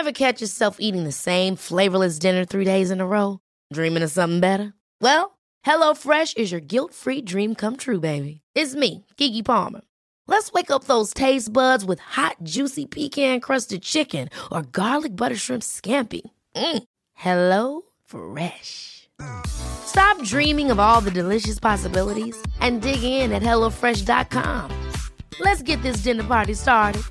Ever catch yourself eating the same flavorless dinner 3 days in a row? Dreaming of something better? Well, HelloFresh is your guilt-free dream come true, baby. It's me, Keke Palmer. Let's wake up those taste buds with hot, juicy pecan-crusted chicken or garlic butter shrimp scampi. Hello Fresh. Stop dreaming of all the delicious possibilities and dig in at HelloFresh.com. Let's get this dinner party started.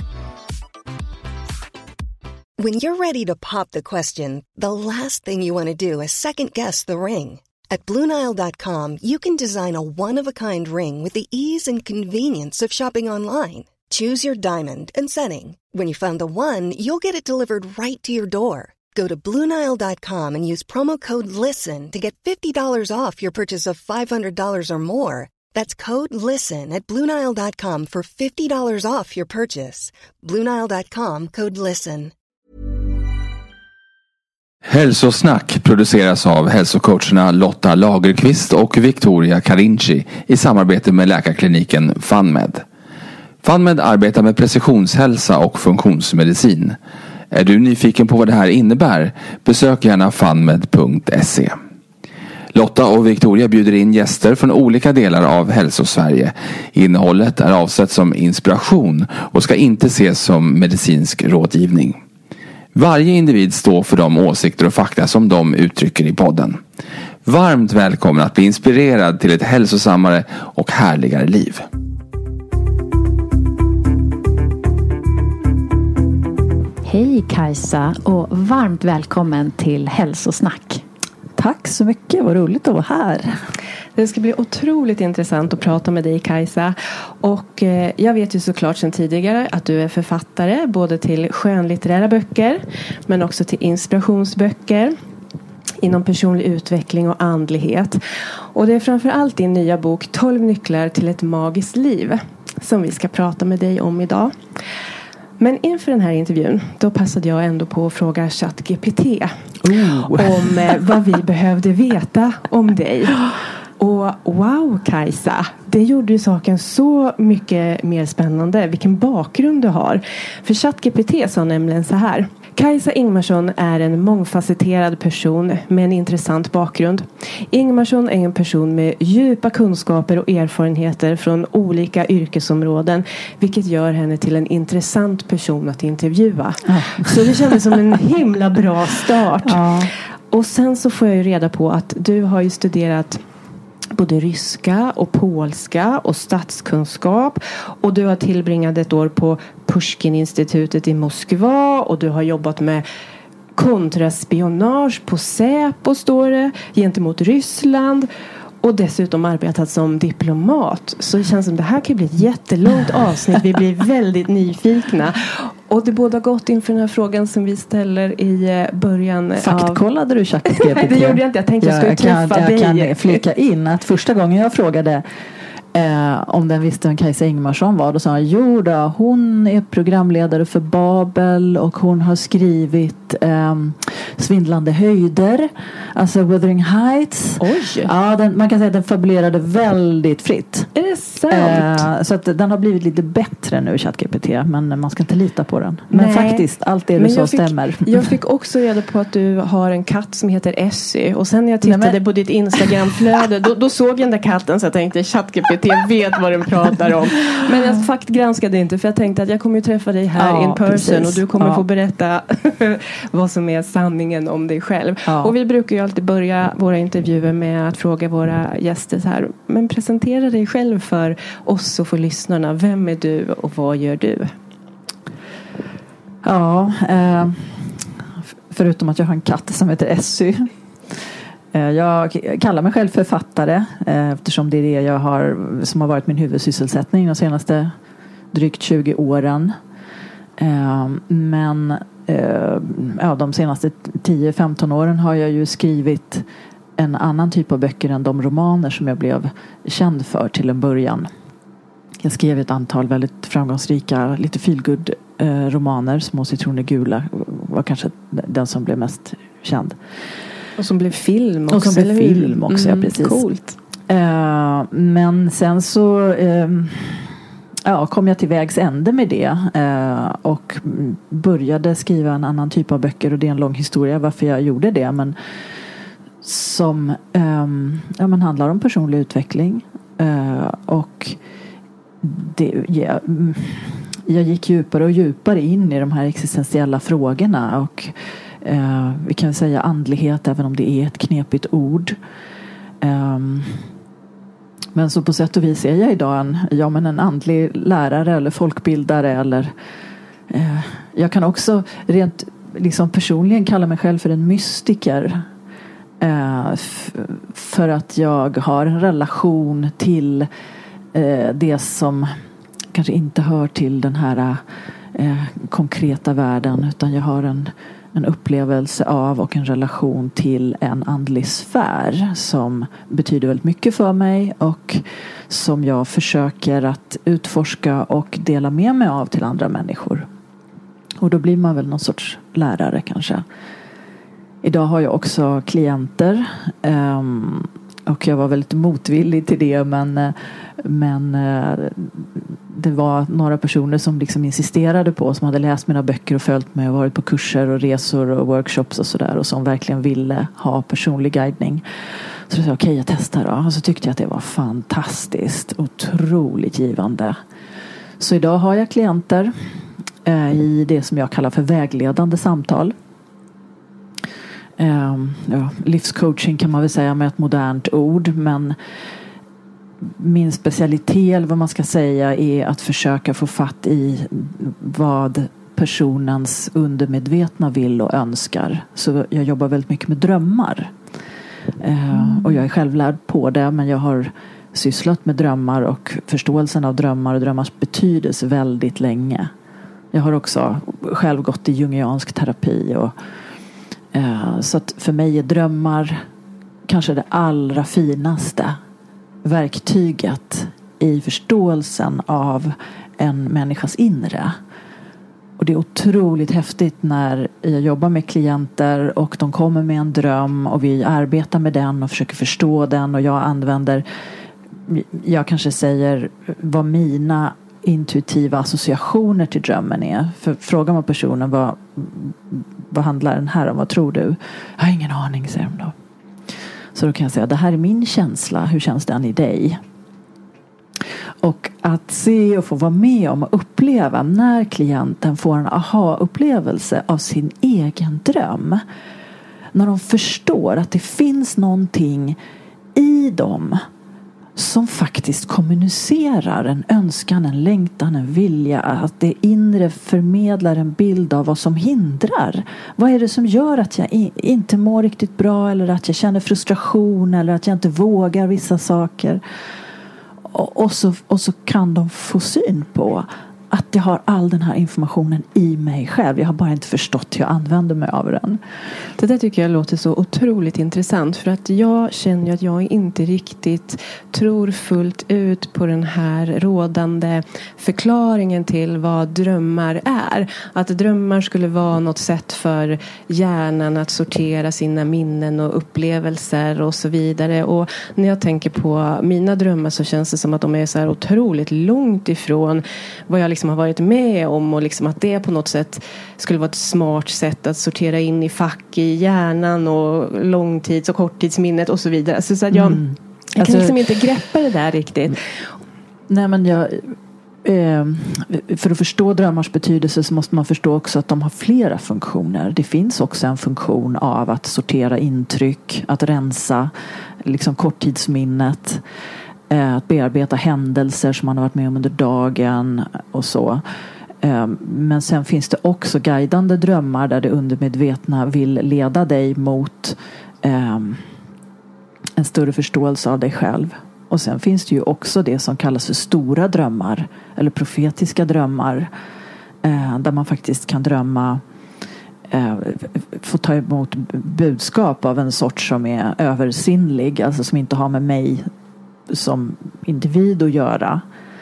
When you're ready to pop the question, the last thing you want to do is second-guess the ring. At BlueNile.com, you can design a one-of-a-kind ring with the ease and convenience of shopping online. Choose your diamond and setting. When you find the one, you'll get it delivered right to your door. Go to BlueNile.com and use promo code LISTEN to get $50 off your purchase of $500 or more. That's code LISTEN at BlueNile.com for $50 off your purchase. BlueNile.com, code LISTEN. Hälsosnack produceras av hälsocoacherna Lotta Lagerqvist och Victoria Carinci i samarbete med läkarkliniken FunMed. FunMed arbetar med precisionshälsa och funktionsmedicin. Är du nyfiken på vad det här innebär? Besök gärna funmed.se. Lotta och Victoria bjuder in gäster från olika delar av Hälsosverige. Innehållet är avsett som inspiration och ska inte ses som medicinsk rådgivning. Varje individ står för de åsikter och fakta som de uttrycker i podden. Varmt välkommen att bli inspirerad till ett hälsosammare och härligare liv. Hej Kajsa och varmt välkommen till Hälsosnack. Tack så mycket, vad roligt att vara här. Det ska bli otroligt intressant att prata med dig Kajsa. Och jag vet ju såklart sedan tidigare att du är författare både till skönlitterära böcker men också till inspirationsböcker inom personlig utveckling och andlighet. Och det är framförallt din nya bok 12 nycklar till ett magiskt liv som vi ska prata med dig om idag. Men inför den här intervjun då passade jag ändå på att fråga ChatGPT om vad vi behövde veta om dig. Och wow Kajsa, det gjorde ju saken så mycket mer spännande vilken bakgrund du har. För ChatGPT sa nämligen så här: Kajsa Ingmarsson är en mångfacetterad person med en intressant bakgrund. Ingmarsson är en person med djupa kunskaper och erfarenheter från olika yrkesområden, vilket gör henne till en intressant person att intervjua. Så det kändes som en himla bra start. Och sen så får jag ju reda på att du har ju studerat både ryska och polska och statskunskap. Och du har tillbringat ett år på Pushkin-institutet i Moskva. Och du har jobbat med kontraspionage på Säpo, står det, gentemot Ryssland. Och dessutom arbetat som diplomat. Så det känns som det här kan bli ett jättelångt avsnitt. Vi blir väldigt nyfikna. Och det båda gott inför den här frågan som vi ställer i början. Faktkollade du ChatGPT? Nej, det gjorde jag inte. Jag tänkte jag skulle träffa dig. Jag kan flika in att första gången jag frågade om den visste vem Kajsa Ingmarsson var, då sa han, jo då, hon är programledare för Babel och hon har skrivit Svindlande höjder, alltså Wuthering Heights. Oj! Ja, man kan säga att den fabulerade väldigt fritt. Är det sant? Så att den har blivit lite bättre nu, ChatGPT, men man ska inte lita på den. Men faktiskt, allt det du sa stämmer. Jag fick också reda på att du har en katt som heter Essie. Och sen när jag tittade på ditt Instagramflöde, då såg jag den där katten så jag tänkte ChatGPT vet vad den pratar om. Men jag faktgranskade inte, för jag tänkte att jag kommer ju träffa dig här in person. Precis. Och du kommer få berätta vad som är sanningen om dig själv. Och vi brukar ju alltid börja våra intervjuer med att fråga våra gäster så här: men presentera dig själv för oss och för lyssnarna. Vem är du och vad gör du? Ja, förutom att jag har en katt som heter Essie. Jag kallar mig själv författare eftersom det är det jag har, som har varit min huvudsysselsättning de senaste drygt 20 åren. Men de senaste 10-15 åren har jag ju skrivit en annan typ av böcker än de romaner som jag blev känd för till en början. Jag skrev ett antal väldigt framgångsrika, lite feelgood romaner. Små citroner gula var kanske den som blev mest känd. Och som blev film också. Och som blev film också, ja, precis. Coolt. Men sen så kom jag till vägs ände med det och började skriva en annan typ av böcker, och det är en lång historia varför jag gjorde det, men som handlar om personlig utveckling och jag gick djupare och djupare in i de här existentiella frågorna, och vi kan säga andlighet, även om det är ett knepigt ord. Men så på sätt och vis är jag idag en andlig lärare eller folkbildare, eller jag kan också rent liksom personligen kalla mig själv för en mystiker, för att jag har en relation till det som kanske inte hör till den här konkreta världen, utan jag har en upplevelse av och en relation till en andlig sfär som betyder väldigt mycket för mig och som jag försöker att utforska och dela med mig av till andra människor. Och då blir man väl någon sorts lärare kanske. Idag har jag också klienter och jag var väldigt motvillig till det, men det var några personer som liksom insisterade på, som hade läst mina böcker och följt mig och varit på kurser och resor och workshops och sådär, och som verkligen ville ha personlig guidning. Så jag sa okej, jag testar då. Och så tyckte jag att det var fantastiskt, otroligt givande. Så idag har jag klienter i det som jag kallar för vägledande samtal. Livscoaching kan man väl säga med ett modernt ord, men min specialitet, eller vad man ska säga, är att försöka få fatt i vad personens undermedvetna vill och önskar. Så jag jobbar väldigt mycket med drömmar. Och jag är självlärd på det, men jag har sysslat med drömmar och förståelsen av drömmar och drömmars betydelse väldigt länge. Jag har också själv gått i jungiansk terapi, och så att för mig är drömmar kanske det allra finaste verktyget i förståelsen av en människas inre. Och det är otroligt häftigt när jag jobbar med klienter och de kommer med en dröm och vi arbetar med den och försöker förstå den, och jag kanske säger vad mina intuitiva associationer till drömmen är. För frågar man personen vad handlar den här om, vad tror du? Jag har ingen aning, säger de då. Så då kan jag säga, det här är min känsla, hur känns den i dig? Och att se och få vara med om och uppleva när klienten får en aha-upplevelse av sin egen dröm. När de förstår att det finns någonting i dem som faktiskt kommunicerar en önskan, en längtan, en vilja, att det inre förmedlar en bild av vad som hindrar. Vad är det som gör att jag inte mår riktigt bra, eller att jag känner frustration, eller att jag inte vågar vissa saker. Och så kan de få syn på att jag har all den här informationen i mig själv. Jag har bara inte förstått hur jag använder mig av den. Det där tycker jag låter så otroligt intressant. För att jag känner att jag inte riktigt tror fullt ut på den här rådande förklaringen till vad drömmar är. Att drömmar skulle vara något sätt för hjärnan att sortera sina minnen och upplevelser och så vidare. Och när jag tänker på mina drömmar så känns det som att de är så här otroligt långt ifrån vad jag liksom har varit med om, och liksom att det på något sätt skulle vara ett smart sätt att sortera in i fack i hjärnan och långtids- och korttidsminnet och så vidare. Så att jag kan liksom inte greppa det där riktigt. Nej, men för att förstå drömmars betydelse så måste man förstå också att de har flera funktioner. Det finns också en funktion av att sortera intryck, att rensa liksom korttidsminnet, att bearbeta händelser som man har varit med om under dagen och så. Men sen finns det också guidande drömmar där det undermedvetna vill leda dig mot en större förståelse av dig själv. Och sen finns det ju också det som kallas för stora drömmar eller profetiska drömmar, där man faktiskt kan drömma, få ta emot budskap av en sort som är översinnlig, alltså som inte har med mig som individ att göra.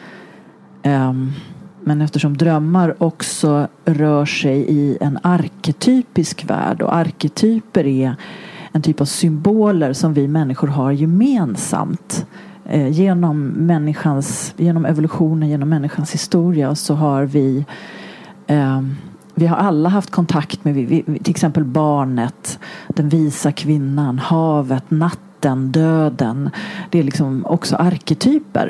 Men eftersom drömmar också rör sig i en arketypisk värld, och arketyper är en typ av symboler som vi människor har gemensamt. genom evolutionen, genom människans historia, så har vi har alla haft kontakt med till exempel barnet, den visa kvinnan, havet, natten, döden. Det är liksom också arketyper.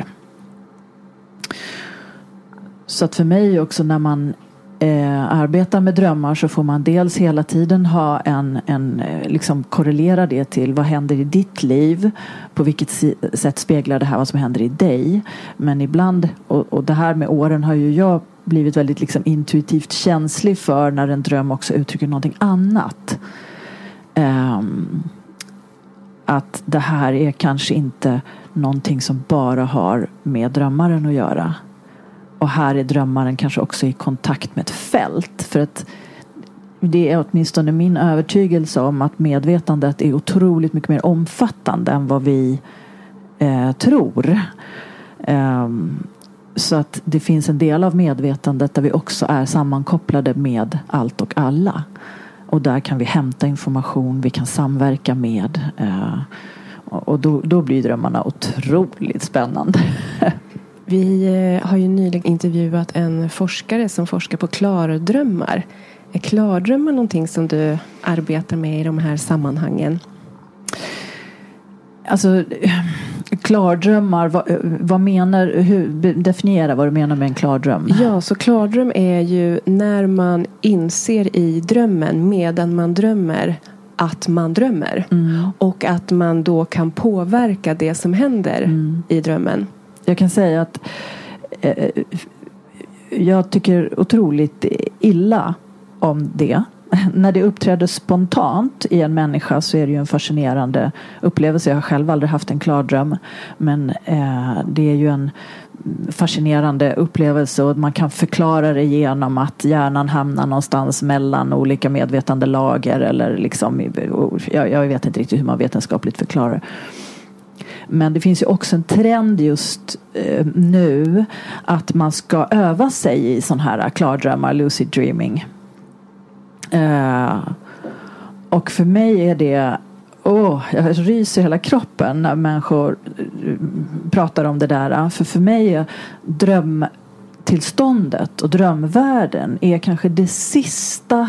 Så att för mig också, när man arbetar med drömmar, så får man dels hela tiden ha liksom korrelera det till vad händer i ditt liv, på vilket sätt speglar det här vad som händer i dig. Men ibland, och det här med åren har ju jag blivit väldigt liksom intuitivt känslig för, när en dröm också uttrycker någonting annat. Att det här är kanske inte någonting som bara har med drömmaren att göra. Och här är drömmaren kanske också i kontakt med ett fält. För att det är åtminstone min övertygelse om att medvetandet är otroligt mycket mer omfattande än vad vi tror. Så att det finns en del av medvetandet där vi också är sammankopplade med allt och alla. Och där kan vi hämta information, vi kan samverka med. Och då blir drömmarna otroligt spännande. Vi har ju nyligen intervjuat en forskare som forskar på klardrömmar. Är klardrömmar någonting som du arbetar med i de här sammanhangen? Alltså, klardrömmar, vad menar, definiera vad du menar med en klardröm? Ja, så klardröm är ju när man inser i drömmen medan man drömmer att man drömmer. Och att man då kan påverka det som händer i drömmen. Jag kan säga att jag tycker otroligt illa om det. När det uppträder spontant i en människa så är det ju en fascinerande upplevelse. Jag har själv aldrig haft en klardröm. Men det är ju en fascinerande upplevelse, och man kan förklara det genom att hjärnan hamnar någonstans mellan olika medvetande lager. Eller liksom, jag vet inte riktigt hur man vetenskapligt förklarar. Men det finns ju också en trend just nu att man ska öva sig i sån här klardrömmar, lucid dreaming. Och för mig är det jag ryser hela kroppen när människor pratar om det där. För mig är drömtillståndet och drömvärlden är kanske det sista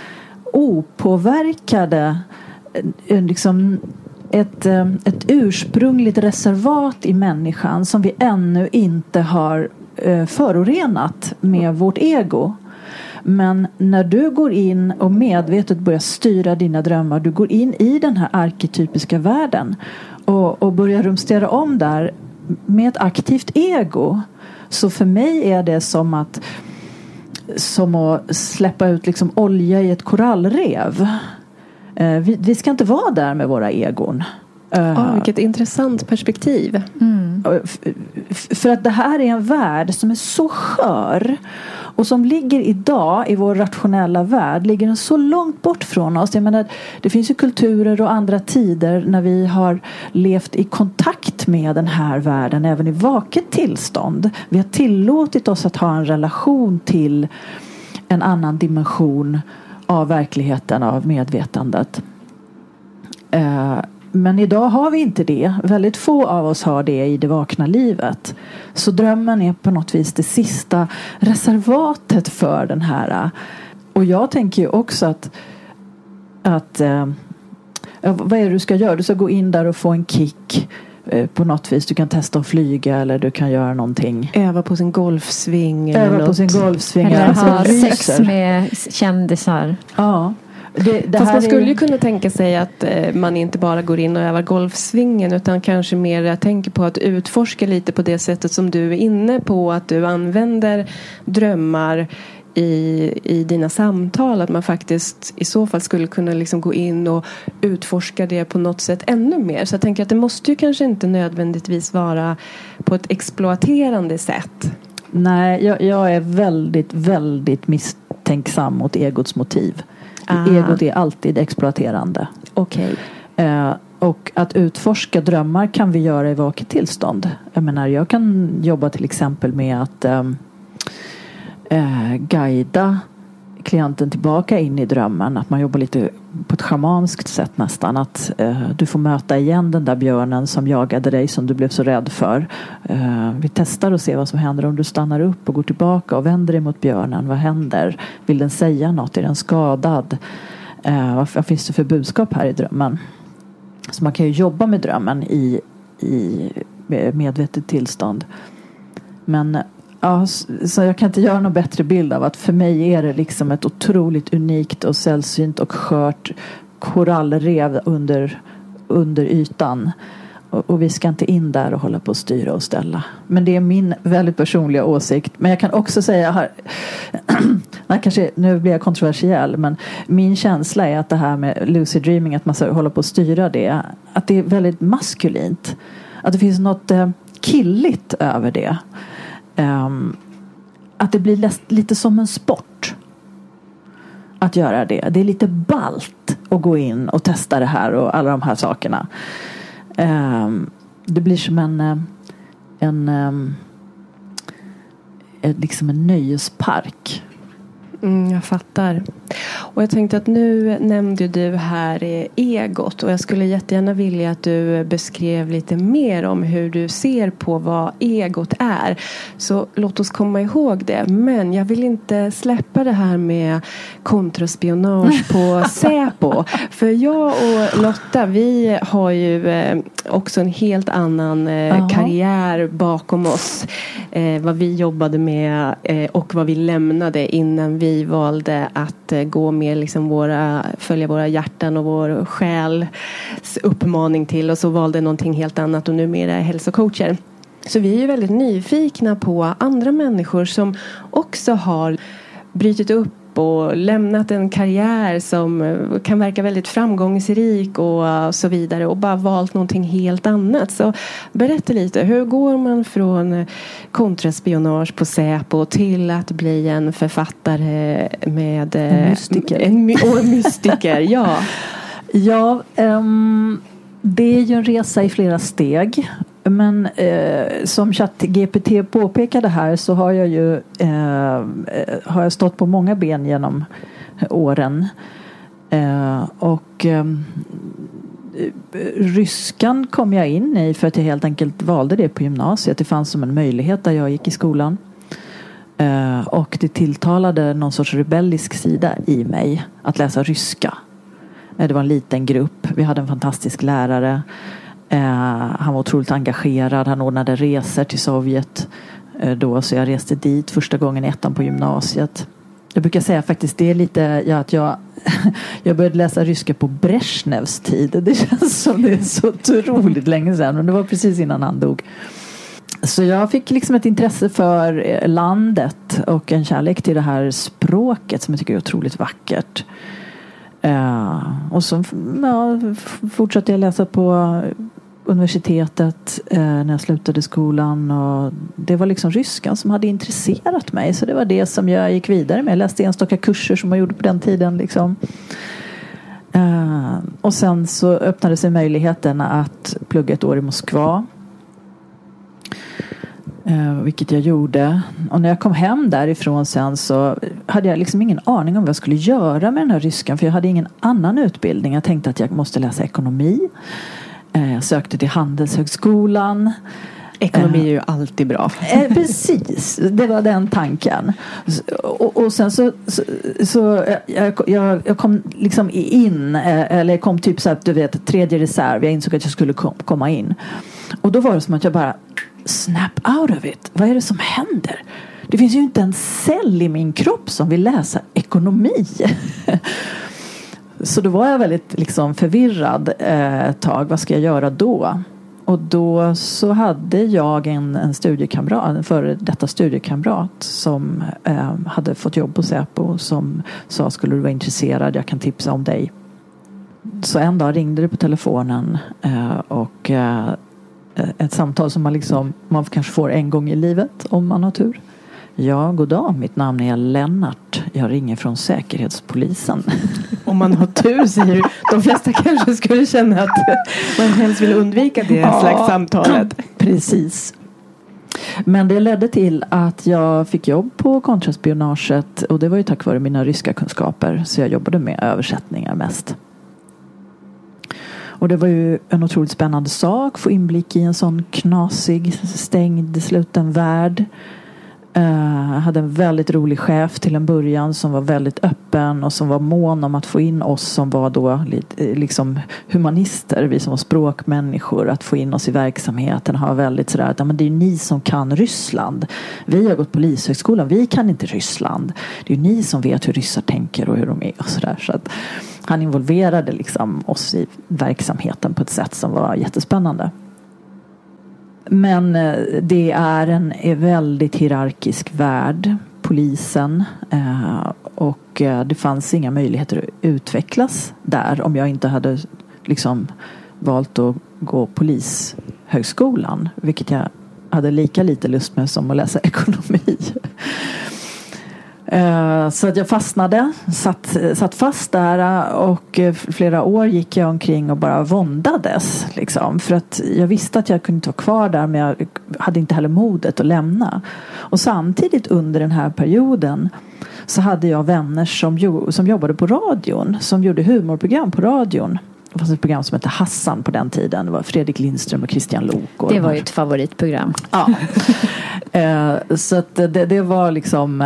opåverkade liksom ett ursprungligt reservat i människan som vi ännu inte har förorenat med vårt ego. Men när du går in och medvetet börjar styra dina drömmar, du går in i den här arketypiska världen och börjar rumstera om där med ett aktivt ego. Så för mig är det som att släppa ut liksom olja i ett korallrev. Vi ska inte vara där med våra egon. Vilket intressant perspektiv. För att det här är en värld som är så skör. Och som ligger idag i vår rationella värld, ligger den så långt bort från oss. Jag menar, det finns ju kulturer och andra tider när vi har levt i kontakt med den här världen, även i vaket tillstånd. Vi har tillåtit oss att ha en relation till en annan dimension av verkligheten, av medvetandet. Men idag har vi inte det. Väldigt få av oss har det i det vakna livet. Så drömmen är på något vis det sista reservatet för den här. Och jag tänker ju också att vad är det du ska göra? Du ska gå in där och få en kick på något vis. Du kan testa att flyga, eller du kan göra någonting. Öva på sin golfsving. Öva på sin golfsving. Eller ha sex med kändisar. Ja. Fast man skulle ju kunna tänka sig att man inte bara går in och övar golfsvingen, utan kanske mer tänker på att utforska lite på det sättet som du är inne på, att du använder drömmar i dina samtal, att man faktiskt i så fall skulle kunna liksom gå in och utforska det på något sätt ännu mer. Så jag tänker att det måste ju kanske inte nödvändigtvis vara på ett exploaterande sätt. Nej, jag är väldigt, väldigt misstänksam mot egots motiv. Egot är alltid exploaterande. Okej. Och att utforska drömmar kan vi göra i vaket tillstånd. Jag menar, jag kan jobba till exempel med att guida klienten tillbaka in i drömmen. Att man jobbar lite på ett schamanskt sätt nästan. Att du får möta igen den där björnen som jagade dig, som du blev så rädd för. Vi testar och ser vad som händer om du stannar upp och går tillbaka och vänder dig mot björnen. Vad händer? Vill den säga något? Är den skadad? Vad finns det för budskap här i drömmen? Så man kan ju jobba med drömmen i medvetet tillstånd. Men ja, så jag kan inte göra någon bättre bild av att för mig är det liksom ett otroligt unikt och sällsynt och skört korallrev under ytan. Och vi ska inte in där och hålla på att styra och ställa. Men det är min väldigt personliga åsikt. Men jag kan också säga här, kanske, nu blir jag kontroversiell, men min känsla är att det här med lucid dreaming, att man ska hålla på att styra det, att det är väldigt maskulint. Att det finns något killigt över det. Att det blir lite som en sport att göra det. Det är lite ballt att gå in och testa det här och alla de här sakerna. Det blir som liksom en nöjespark. Jag fattar. Och jag tänkte att nu nämnde du här egot, och jag skulle jättegärna vilja att du beskrev lite mer om hur du ser på vad egot är. Så låt oss komma ihåg det. Men jag vill inte släppa det här med kontraspionage på Säpo. För jag och Lotta, vi har ju också en helt annan karriär bakom oss. Vad vi jobbade med och vad vi lämnade innan vi valde att gå med liksom följa våra hjärtan och vår själs uppmaning till, och så valde någonting helt annat och numera är hälsocoacher. Så vi är ju väldigt nyfikna på andra människor som också har brytit upp och lämnat en karriär som kan verka väldigt framgångsrik och så vidare, och bara valt någonting helt annat. Så berätta lite, hur går man från kontraspionage på Säpo till att bli en författare med en mystiker? En mystiker, ja. Ja, det är ju en resa i flera steg. Men som ChatGPT påpekade här, så har jag ju har jag stått på många ben genom åren. Ryskan kom jag in i för att jag helt enkelt valde det på gymnasiet. Det fanns som en möjlighet där jag gick i skolan. Och det tilltalade någon sorts rebellisk sida i mig att läsa ryska. Det var en liten grupp. Vi hade en fantastisk lärare. Han var otroligt engagerad. Han ordnade resor till Sovjet då, så jag reste dit första gången i 1:an på gymnasiet. Jag brukar säga faktiskt, det är lite att jag började läsa ryska på Brezhnevs tid. Det känns som det är så otroligt länge sedan, men det var precis innan han dog. Så jag fick liksom ett intresse för landet och en kärlek till det här språket som jag tycker är otroligt vackert. Och så fortsatte jag läsa på universitetet när jag slutade skolan, och det var liksom ryskan som hade intresserat mig, så det var det som jag gick vidare med. Jag läste enstaka kurser som man gjorde på den tiden liksom. Och sen så öppnade sig möjligheten att plugga ett år i Moskva, vilket jag gjorde. Och när jag kom hem därifrån sen, så hade jag liksom ingen aning om vad jag skulle göra med den här ryskan, för jag hade ingen annan utbildning. Jag tänkte att jag måste läsa ekonomi. Jag sökte till Handelshögskolan. Ekonomi är ju alltid bra. Precis, det var den tanken. Och sen så jag kom liksom in, eller kom typ så att du vet, tredje reserv. Jag insåg att jag skulle komma in. Och då var det som att jag bara snap out of it. Vad är det som händer? Det finns ju inte en cell i min kropp som vill läsa ekonomi. Så då var jag väldigt liksom förvirrad ett tag. Vad ska jag göra då? Och då så hade jag en studiekamrat, en före detta studiekamrat som hade fått jobb på Säpo, som sa, skulle du vara intresserad, jag kan tipsa om dig. Så en dag ringde det på telefonen och ett samtal som man kanske får en gång i livet om man har tur. Ja, god dag, mitt namn är Lennart. Jag ringer från Säkerhetspolisen. Om man har tur, säger du. De flesta kanske skulle känna att man helst vill undvika det slags samtalet. Precis. Men det ledde till att jag fick jobb på kontraspionaget, och det var ju tack vare mina ryska kunskaper, så jag jobbade med översättningar mest. Och det var ju en otroligt spännande sak. Få inblick i en sån knasig, stängd, sluten värld. Hade en väldigt rolig chef till en början som var väldigt öppen och som var mån om att få in oss som var då liksom humanister, vi som var språkmänniskor, att få in oss i verksamheten. Ha väldigt sådär att men det är ni som kan Ryssland. Vi har gått polishögskolan, vi kan inte Ryssland. Det är ni som vet hur ryssar tänker och hur de är och sådär. Så att han involverade liksom oss i verksamheten på ett sätt som var jättespännande. Men det är en väldigt hierarkisk värld, polisen, och det fanns inga möjligheter att utvecklas där om jag inte hade liksom valt att gå polishögskolan, vilket jag hade lika lite lust med som att läsa ekonomi. Så att jag fastnade, satt fast där, och flera år gick jag omkring och bara våndades liksom, för att jag visste att jag kunde inte vara kvar där, men jag hade inte heller modet att lämna. Och samtidigt under den här perioden så hade jag vänner som jobbade på radion, som gjorde humorprogram på radion. Det fanns ett program som hette Hassan på den tiden. Det var Fredrik Lindström och Christian Lok. Det var ju ett favoritprogram. Ja. Så att det var liksom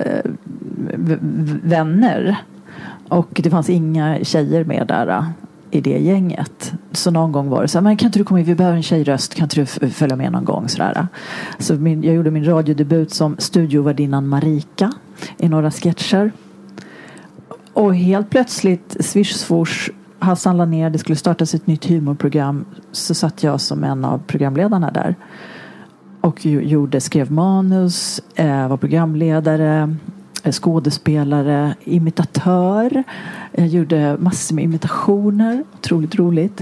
vänner. Och det fanns inga tjejer med där i det gänget. Så någon gång var det så här, men kan inte du komma in? Vi behöver en tjejröst. Kan inte du följa med någon gång? Sådär. Så jag gjorde min radiodebut som studiovärdinnan Marika i några sketcher. Och helt plötsligt, swish Hassan la ner, det skulle startas ett nytt humorprogram, så satt jag som en av programledarna där och skrev manus, var programledare, skådespelare, imitatör. Jag gjorde massor med imitationer, otroligt roligt.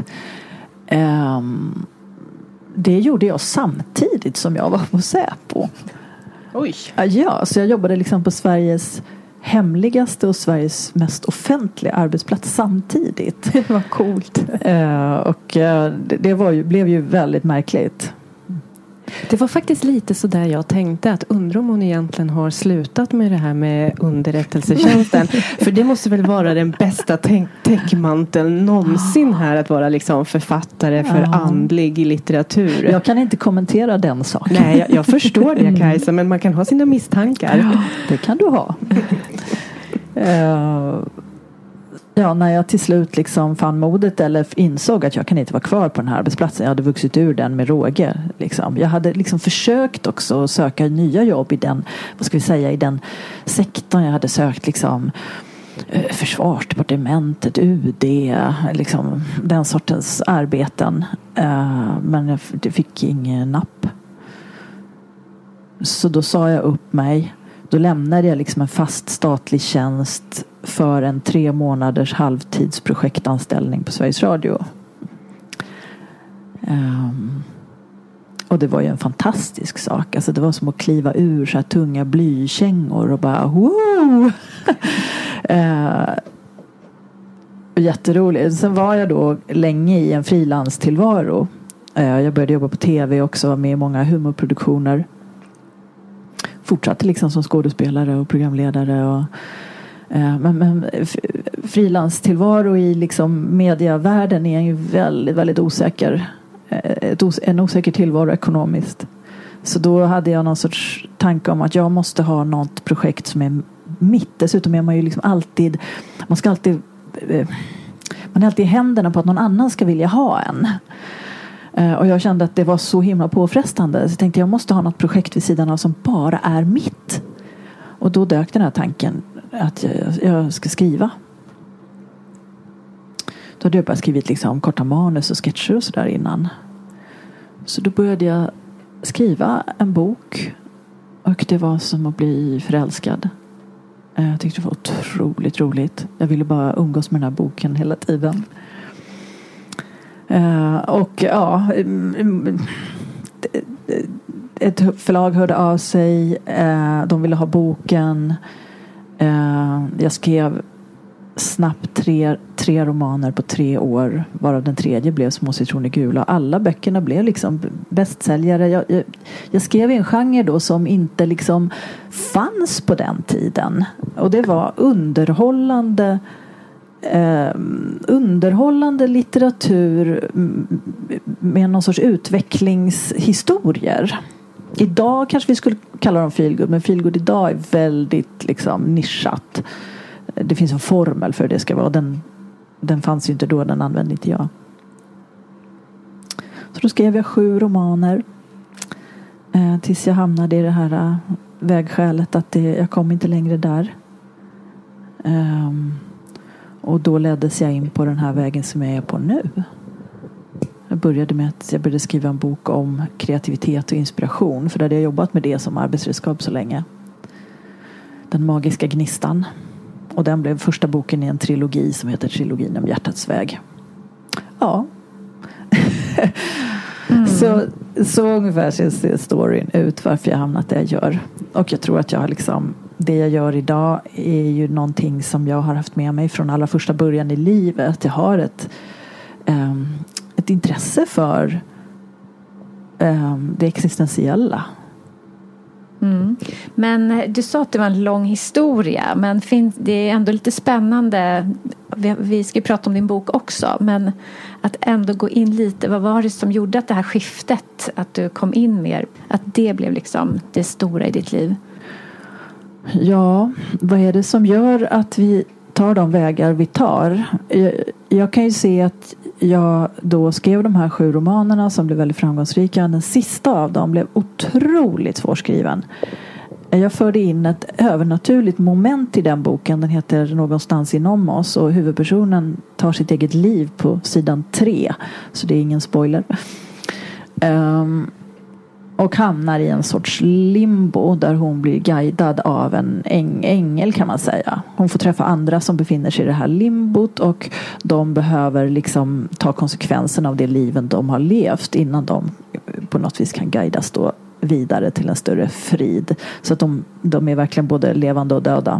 Det gjorde jag samtidigt som jag var på Säpo. Oj. Ja, så jag jobbade liksom på Sveriges hemligaste och Sveriges mest offentliga arbetsplats samtidigt. Det var coolt. Och det blev ju väldigt märkligt. Det var faktiskt lite så där jag tänkte, att undrar om hon egentligen har slutat med det här med underrättelsetjänsten. För det måste väl vara den bästa täckmanteln någonsin här, att vara liksom författare för andlig litteratur. Jag kan inte kommentera den saken. Nej, jag förstår det, Kajsa, men man kan ha sina misstankar. Ja, det kan du ha. Ja, när jag till slut liksom fann modet eller insåg att jag kan inte vara kvar på den här arbetsplatsen. Jag hade vuxit ur den med råge. Liksom. Jag hade liksom försökt också söka nya jobb i den, vad ska vi säga, i den sektorn. Jag hade sökt liksom Försvarsdepartementet, UD, liksom den sortens arbeten. Men jag fick ingen napp. Så då sa jag upp mig. Då lämnade jag liksom en fast statlig tjänst för en 3 månaders halvtidsprojektanställning på Sveriges Radio. Och det var ju en fantastisk sak. Alltså det var som att kliva ur så här tunga blykängor och bara wow! Jätteroligt. Sen var jag då länge i en frilanstillvaro. Jag började jobba på tv också, var med i många humorproduktioner. Fortsatte liksom som skådespelare och programledare och men frilanstillvaro i liksom mediavärlden är ju väldigt, väldigt osäker. En osäker tillvaro ekonomiskt. Så då hade jag någon sorts tanke om att jag måste ha något projekt som är mitt. Dessutom är man ju liksom alltid, man är alltid i händerna på att någon annan ska vilja ha en. Och jag kände att det var så himla påfrestande. Så jag tänkte jag måste ha något projekt vid sidan av som bara är mitt. Och då dök den här tanken att jag ska skriva. Då hade jag bara skrivit liksom korta manus och sketcher och sådär innan. Så då började jag skriva en bok. Och det var som att bli förälskad. Jag tyckte det var otroligt roligt. Jag ville bara umgås med den här boken hela tiden. Och ja, ett förlag hörde av sig. De ville ha boken. Jag skrev snabbt tre romaner på 3 år, varav den 3:e blev Små citroner gula. Alla böckerna blev liksom bästsäljare. Jag skrev i en genre då som inte liksom fanns på den tiden. Och det var underhållande underhållande litteratur med någon sorts utvecklingshistorier. Idag kanske vi skulle kalla dem feelgood, men feelgood idag är väldigt liksom nischat. Det finns en formel för hur det ska vara. Den fanns ju inte då, den använde inte jag. Så då skrev jag 7 romaner. Tills jag hamnade i det här vägskälet att jag kom inte längre där. Och då leddes jag in på den här vägen som jag är på nu. Jag började med att jag började skriva en bok om kreativitet och inspiration. För där hade jag jobbat med det som arbetsredskap så länge. Den magiska gnistan. Och den blev första boken i en trilogi som heter Trilogin om hjärtats väg. Ja. Så ungefär ser storyn ut varför jag hamnat där jag gör. Och jag tror att jag liksom, det jag gör idag är ju någonting som jag har haft med mig från allra första början i livet. Jag har ett intresse för det existentiella. Men du sa att det var en lång historia, men det är ändå lite spännande. Vi ska prata om din bok också, men att ändå gå in lite, vad var det som gjorde att det här skiftet, att du kom in mer, att det blev liksom det stora i ditt liv? Ja, vad är det som gör att vi tar de vägar vi tar? Jag kan ju se att jag då skrev de här 7 romanerna som blev väldigt framgångsrika. Den sista av dem blev otroligt svårskriven. Jag förde in ett övernaturligt moment i den boken. Den heter Någonstans inom oss och huvudpersonen tar sitt eget liv på sidan 3. Så det är ingen spoiler. Och hamnar i en sorts limbo där hon blir guidad av en ängel kan man säga. Hon får träffa andra som befinner sig i det här limbot och de behöver liksom ta konsekvenserna av det livet de har levt innan de på något vis kan guidas då vidare till en större frid. Så att de är verkligen både levande och döda.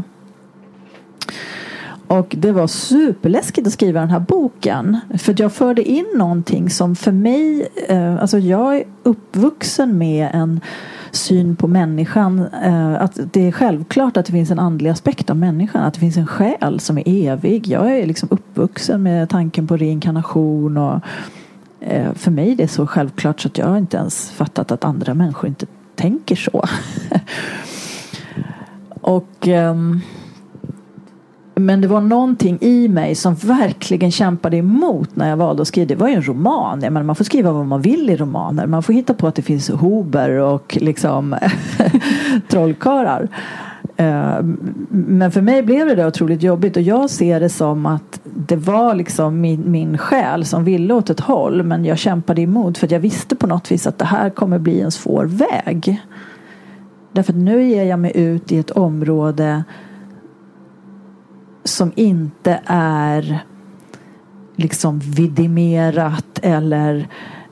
Och det var superläskigt att skriva den här boken. För jag förde in någonting som för mig... alltså jag är uppvuxen med en syn på människan. Att det är självklart att det finns en andlig aspekt av människan. Att det finns en själ som är evig. Jag är liksom uppvuxen med tanken på reinkarnation. Och för mig är det så självklart så att jag inte ens fattat att andra människor inte tänker så. Och... men det var någonting i mig som verkligen kämpade emot när jag valde att skriva. Det var ju en roman. Jag menar, man får skriva vad man vill i romaner. Man får hitta på att det finns hober och liksom trollkarlar. Men för mig blev det otroligt jobbigt. Och jag ser det som att det var liksom min själ som ville åt ett håll. Men jag kämpade emot för att jag visste på något vis att det här kommer bli en svår väg. Därför att nu ger jag mig ut i ett område som inte är liksom vidimerat eller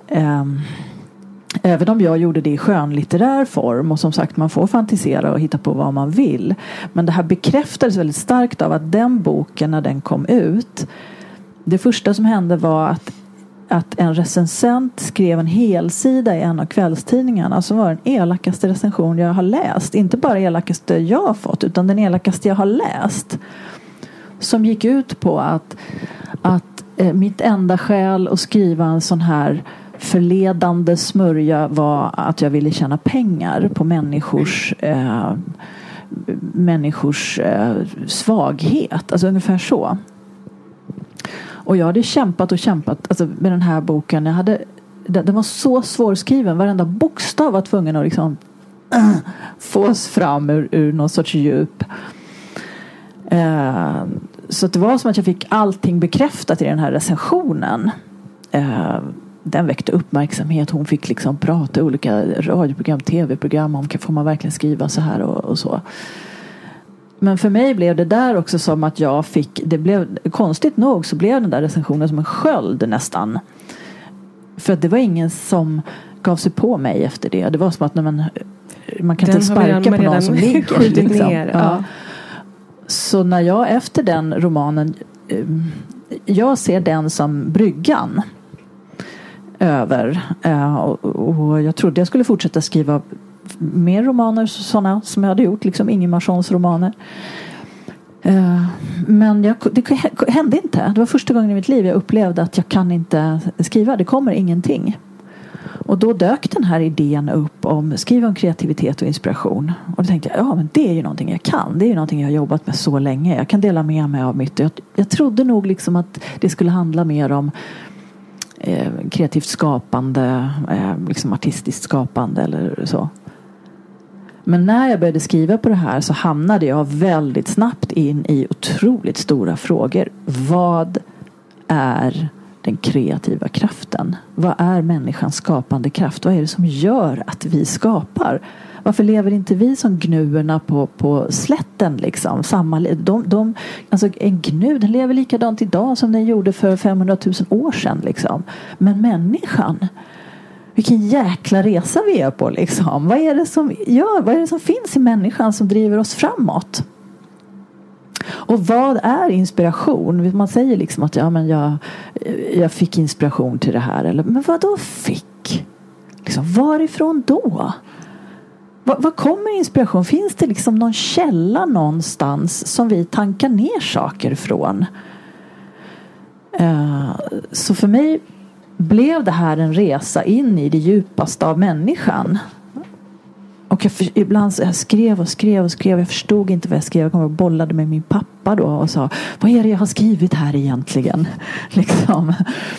även om jag gjorde det i skönlitterär form och som sagt man får fantisera och hitta på vad man vill, men det här bekräftades väldigt starkt av att den boken när den kom ut, det första som hände var att en recensent skrev en helsida i en av kvällstidningarna som var den elakaste recension jag har läst, inte bara elakaste jag har fått utan den elakaste jag har läst. Som gick ut på att mitt enda skäl att skriva en sån här förledande smörja var att jag ville tjäna pengar på människors svaghet. Alltså ungefär så. Och jag hade kämpat alltså med den här boken. Den var så svårskriven. Varenda bokstav var tvungen att liksom fås fram ur någon sorts djup. Så det var som att jag fick allting bekräftat i den här recensionen. Den väckte uppmärksamhet. Hon fick liksom prata i olika radioprogram, tv-program om får man verkligen skriva så här och så. Men för mig blev det där också som att jag fick, det blev konstigt nog så blev den där recensionen som en sköld nästan. För att det var ingen som gav sig på mig efter det. Det var som att man kan inte sparka på någon som ligger liksom. Ner, ja. Så när jag efter den romanen jag ser den som bryggan över och jag trodde jag skulle fortsätta skriva mer romaner sådana som jag hade gjort, liksom Ingemarssons romaner. Men det hände inte. Det var första gången i mitt liv jag upplevde att jag kan inte skriva. Det kommer ingenting. Och då dök den här idén upp om skriva om kreativitet och inspiration. Och då tänkte jag, men det är ju någonting jag kan. Det är ju någonting jag har jobbat med så länge. Jag kan dela med mig av mitt. Jag trodde nog liksom att det skulle handla mer om kreativt skapande, liksom artistiskt skapande eller så. Men när jag började skriva på det här så hamnade jag väldigt snabbt in i otroligt stora frågor. Vad är den kreativa kraften? Vad är människans skapande kraft? Vad är det som gör att vi skapar? Varför lever inte vi som gnuerna på slätten liksom? Alltså en gnu, den lever likadant idag som den gjorde för 500 000 år sedan liksom. Men människan, vilken jäkla resa vi är på liksom. Vad är det som finns i människan som driver oss framåt? Och vad är inspiration? Man säger liksom att jag fick inspiration till det här. Eller, men vad då fick? Liksom, varifrån då? Var kommer inspiration? Finns det liksom någon källa någonstans som vi tankar ner saker från? Så för mig blev det här en resa in i det djupaste av människan. Och ibland jag skrev. Jag förstod inte vad jag skrev. Jag kom och bollade med min pappa då och sa, vad är det jag har skrivit här egentligen? Liksom.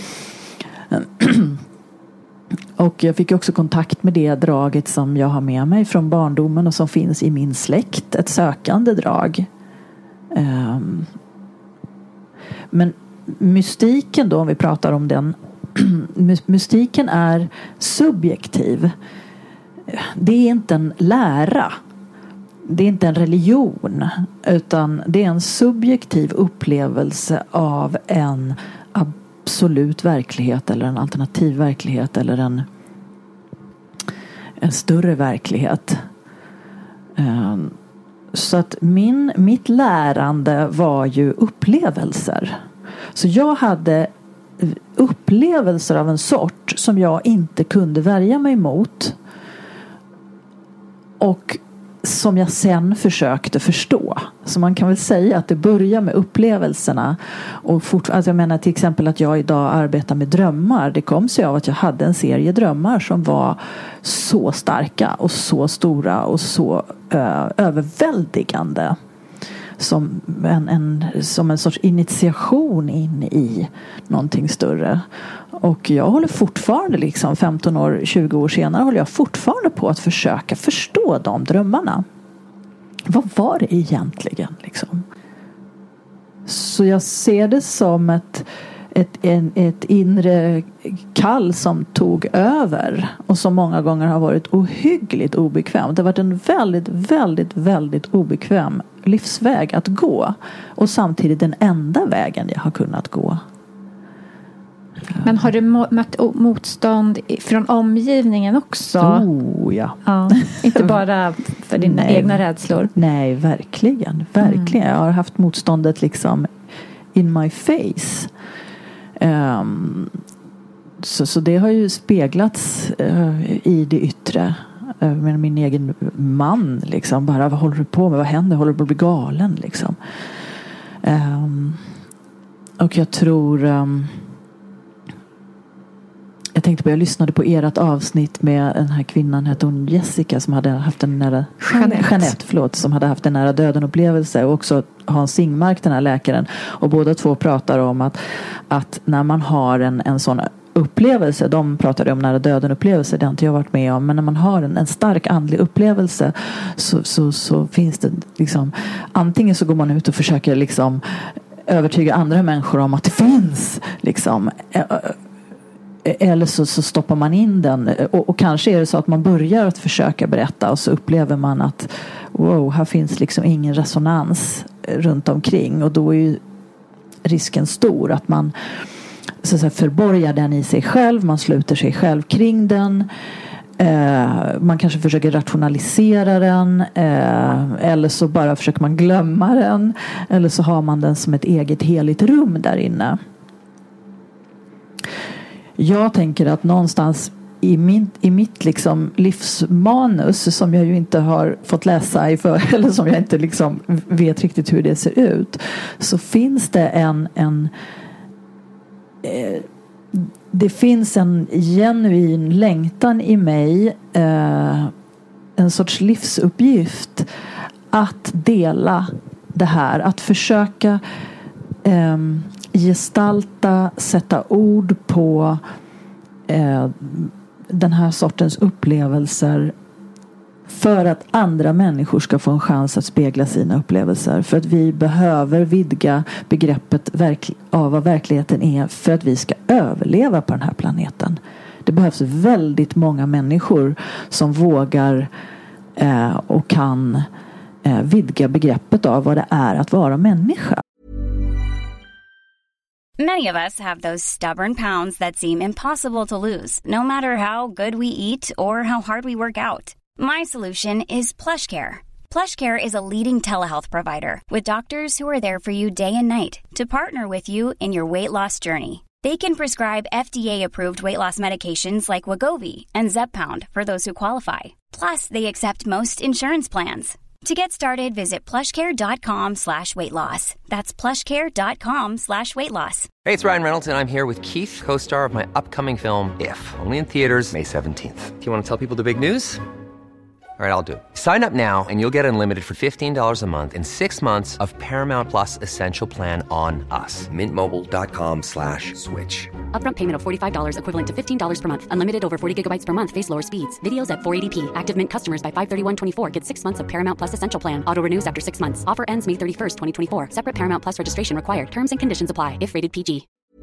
Och jag fick också kontakt med det draget som jag har med mig från barndomen och som finns i min släkt. Ett sökande drag. Men mystiken då, om vi pratar om den. Mystiken är subjektiv. Det är inte en lära. Det är inte en religion. Utan det är en subjektiv upplevelse av en absolut verklighet. Eller en alternativ verklighet. Eller en större verklighet. Så att mitt lärande var ju upplevelser. Så jag hade upplevelser av en sort som jag inte kunde värja mig mot. Och som jag sen försökte förstå. Så man kan väl säga att det börjar med upplevelserna. Och alltså jag menar till exempel att jag idag arbetar med drömmar. Det kom sig av att jag hade en serie drömmar som var så starka och så stora och så överväldigande. Som en sorts initiation in i någonting större. Och jag håller fortfarande liksom 15 år, 20 år senare håller jag fortfarande på att försöka förstå de drömmarna. Vad var det egentligen liksom? Så jag ser det som ett inre kall som tog över och som många gånger har varit ohyggligt obekvämt. Det har varit en väldigt, väldigt, väldigt obekväm livsväg att gå och samtidigt den enda vägen jag har kunnat gå. Men har du mött motstånd från omgivningen också? Ja. Inte bara för dina egna rädslor? Nej, verkligen. Verkligen. Jag har haft motståndet liksom in my face. Så det har ju speglats i det yttre. Med min egen man liksom. Bara, vad håller du på med? Vad händer? Håller du på att bli galen? Liksom. Och jag tror... jag tänkte på, jag lyssnade på ert avsnitt med den här kvinnan, hette hon Jessica, som hade haft en nära Jeanette, som hade haft en nära döden upplevelse, och också Hans Singmark, den här läkaren, och båda två pratar om att när man har en sån upplevelse, de pratade om nära döden upplevelse, det har inte jag varit med om, men när man har en stark andlig upplevelse så finns det liksom, antingen så går man ut och försöker liksom övertyga andra människor om att det finns liksom, eller så stoppar man in den, och kanske är det så att man börjar att försöka berätta och så upplever man att wow, här finns liksom ingen resonans runt omkring, och då är ju risken stor att man så att säga förborgar den i sig själv, man sluter sig själv kring den, man kanske försöker rationalisera den, eller så bara försöker man glömma den, eller så har man den som ett eget heligt rum där inne. Jag tänker att någonstans i mitt liksom livsmanus, som jag ju inte har fått läsa eller som jag inte liksom vet riktigt hur det ser ut, så finns det det finns en genuin längtan i mig, en sorts livsuppgift att dela det här, att försöka gestalta, sätta ord på den här sortens upplevelser, för att andra människor ska få en chans att spegla sina upplevelser. För att vi behöver vidga begreppet av vad verkligheten är, för att vi ska överleva på den här planeten. Det behövs väldigt många människor som vågar och kan vidga begreppet av vad det är att vara människa. Many of us have those stubborn pounds that seem impossible to lose, no matter how good we eat or how hard we work out. My solution is PlushCare. PlushCare is a leading telehealth provider with doctors who are there for you day and night to partner with you in your weight loss journey. They can prescribe FDA-approved weight loss medications like Wegovy and Zepbound for those who qualify. Plus, they accept most insurance plans. To get started, visit plushcare.com/weightloss. That's plushcare.com/weightloss. Hey, it's Ryan Reynolds, and I'm here with Keith, co-star of my upcoming film, If, only in theaters May 17th. Do you want to tell people the big news? All right, I'll do it. Sign up now and you'll get unlimited for $15 a month and 6 months of Paramount Plus Essential Plan on us. MintMobile.com/switch. Upfront payment of $45 equivalent to $15 per month. Unlimited over 40 gigabytes per month. Face lower speeds. Videos at 480p. Active Mint customers by 531.24 get 6 months of Paramount Plus Essential Plan. Auto renews after 6 months. Offer ends May 31st, 2024. Separate Paramount Plus registration required. Terms and conditions apply if rated PG.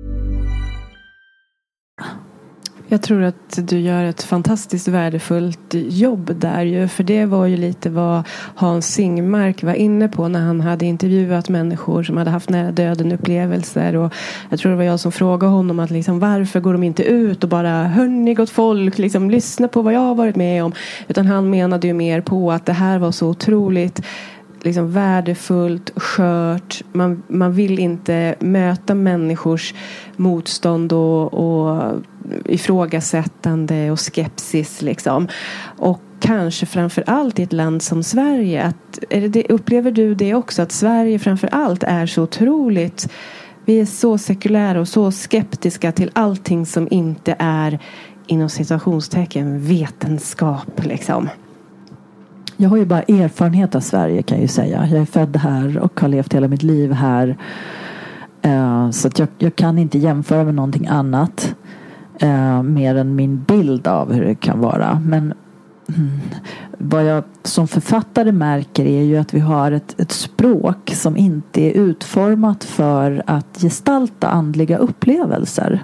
Jag tror att du gör ett fantastiskt värdefullt jobb där ju. För det var ju lite vad Hans Singmark var inne på när han hade intervjuat människor som hade haft nära döden upplevelser. Och jag tror det var jag som frågade honom att liksom, varför går de inte ut och bara, hörni gott folk, liksom, lyssna på vad jag har varit med om. Utan han menade ju mer på att det här var så otroligt liksom värdefullt, skört. Man vill inte möta människors motstånd och ifrågasättande och skepsis liksom. Och kanske framför allt i ett land som Sverige, upplever du det också, att Sverige framför allt är så otroligt, vi är så sekulära och så skeptiska till allting som inte är inom citationstecken vetenskap liksom. Jag har ju bara erfarenhet av Sverige, kan jag ju säga. Jag är född här och har levt hela mitt liv här. Så att jag kan inte jämföra med någonting annat. Mer än min bild av hur det kan vara. Men vad jag som författare märker är ju att vi har ett språk som inte är utformat för att gestalta andliga upplevelser.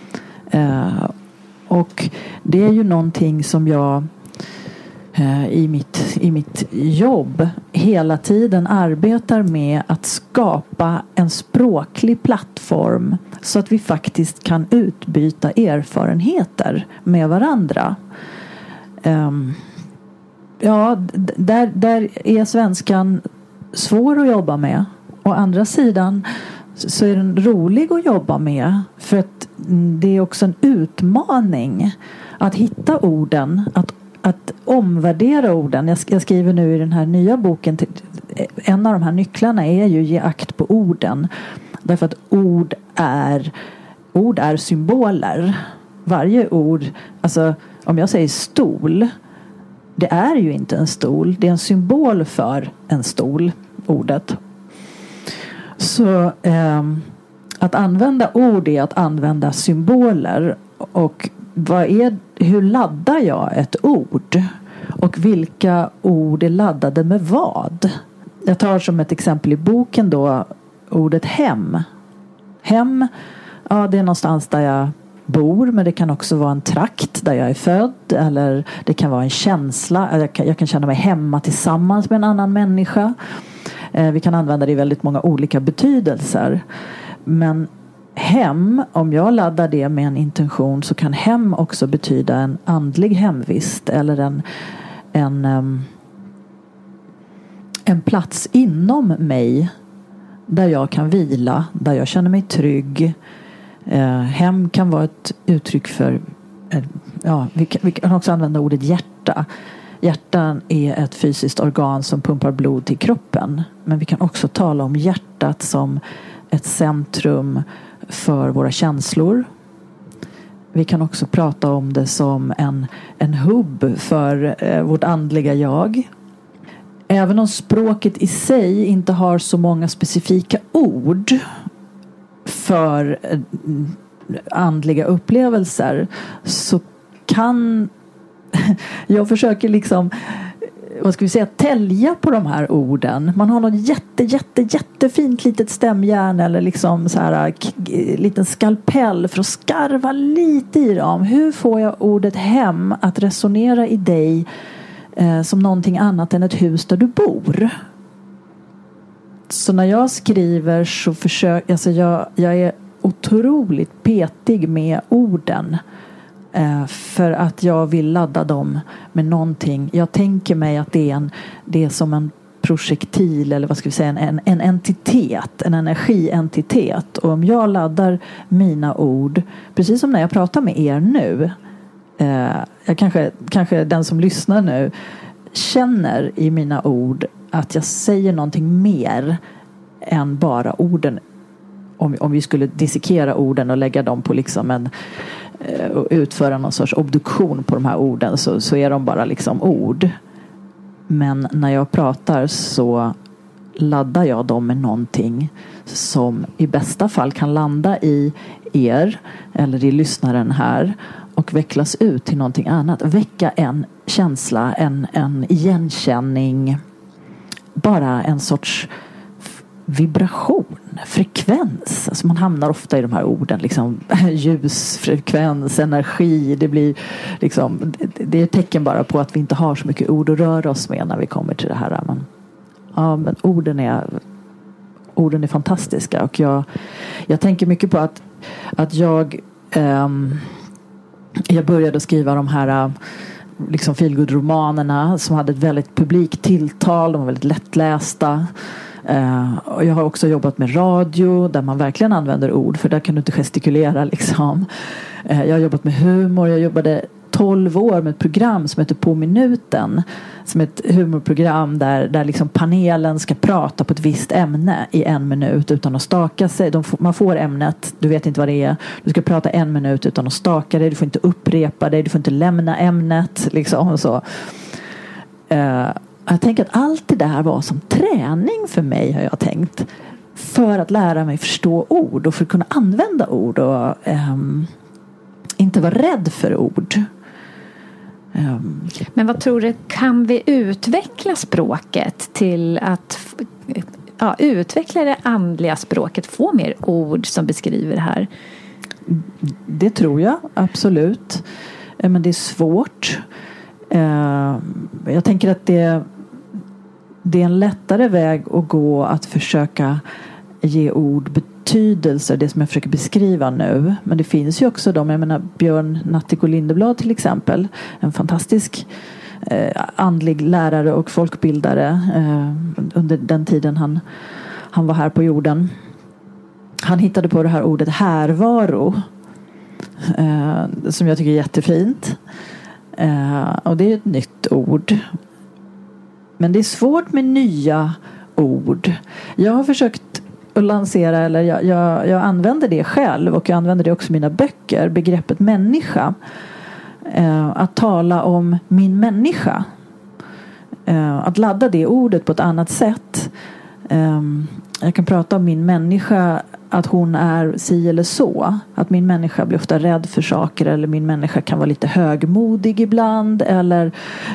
Och det är ju någonting som jag i mitt jobb hela tiden arbetar med, att skapa en språklig plattform så att vi faktiskt kan utbyta erfarenheter med varandra. Där är svenskan svår att jobba med. Å andra sidan så är den rolig att jobba med, för att det är också en utmaning att hitta orden, att omvärdera orden. Jag skriver nu i den här nya boken, en av de här nycklarna är ju ge akt på orden. Därför att ord är symboler. Varje ord, alltså om jag säger stol, det är ju inte en stol. Det är en symbol för en stol, ordet. Så att använda ord är att använda symboler. Och hur laddar jag ett ord? Och vilka ord är laddade med vad? Jag tar som ett exempel i boken då ordet hem. Hem, ja, det är någonstans där jag bor, men det kan också vara en trakt där jag är född, eller det kan vara en känsla. Jag kan känna mig hemma tillsammans med en annan människa. Vi kan använda det i väldigt många olika betydelser. Men hem, om jag laddar det med en intention, så kan hem också betyda en andlig hemvist eller en plats inom mig där jag kan vila, där jag känner mig trygg. Hem kan vara ett uttryck för vi kan också använda ordet hjärta. Hjärtan är ett fysiskt organ som pumpar blod till kroppen. Men vi kan också tala om hjärtat som ett centrum för våra känslor. Vi kan också prata om det som en hubb för vårt andliga jag. Även om språket i sig inte har så många specifika ord för andliga upplevelser, så kan jag försöker liksom, vad ska vi säga, tälja på de här orden. Man har något jättefint litet stämjärn eller liksom så här liten skalpell för att skarva lite i dem. Hur får jag ordet hem att resonera i dig som någonting annat än ett hus där du bor? Så när jag skriver så försöker, alltså jag är otroligt petig med orden. För att jag vill ladda dem med någonting. Jag tänker mig att det är som en projektil, eller vad ska vi säga, en entitet, en energientitet. Och om jag laddar mina ord, precis som när jag pratar med er nu, jag kanske den som lyssnar nu känner i mina ord att jag säger någonting mer än bara orden. Om vi skulle dissekera orden och lägga dem på liksom och utföra någon sorts obduktion på de här orden, så är de bara liksom ord. Men när jag pratar så laddar jag dem med någonting som i bästa fall kan landa i er eller i lyssnaren här och vecklas ut till någonting annat. Väcka en känsla, en igenkänning, bara en sorts vibration, frekvens. Alltså man hamnar ofta i de här orden liksom, ljus, frekvens, energi. Det blir liksom, det är ett tecken bara på att vi inte har så mycket ord att röra oss med när vi kommer till det här. Men orden är fantastiska, och jag tänker mycket på att jag började skriva de här liksom feelgood-romanerna som hade ett väldigt publikt tilltal. De var väldigt lättlästa. Och jag har också jobbat med radio där man verkligen använder ord, för där kan du inte gestikulera liksom. Jag har jobbat med humor. Jag jobbade 12 år med ett program som heter På minuten, som är ett humorprogram där liksom panelen ska prata på ett visst ämne i 1 minut utan att staka sig. Man får ämnet, du vet inte vad det är. Du ska prata 1 minut utan att staka dig. Du får inte upprepa dig. Du får inte lämna ämnet liksom, och så. Jag tänker att allt det där var som träning för mig, har jag tänkt. För att lära mig förstå ord och för att kunna använda ord och inte vara rädd för ord. Men vad tror du, kan vi utveckla språket till att utveckla det andliga språket, få mer ord som beskriver det här? Det tror jag, absolut. Men det är svårt. Jag tänker att det är en lättare väg att gå att försöka ge ord betydelser, det som jag försöker beskriva nu. Men det finns ju också jag menar Björn Natthiko Lindeblad till exempel, en fantastisk andlig lärare och folkbildare under den tiden han var här på jorden. Han hittade på det här ordet härvaro, som jag tycker är jättefint. Och det är ett nytt ord. Men det är svårt med nya ord. Jag har försökt att lansera, eller jag använder det själv, och jag använder det också i mina böcker, begreppet människa. Att tala om min människa. Att ladda det ordet på ett annat sätt. Jag kan prata om min människa, att hon är si eller så. Att min människa blir ofta rädd för saker, eller min människa kan vara lite högmodig ibland, eller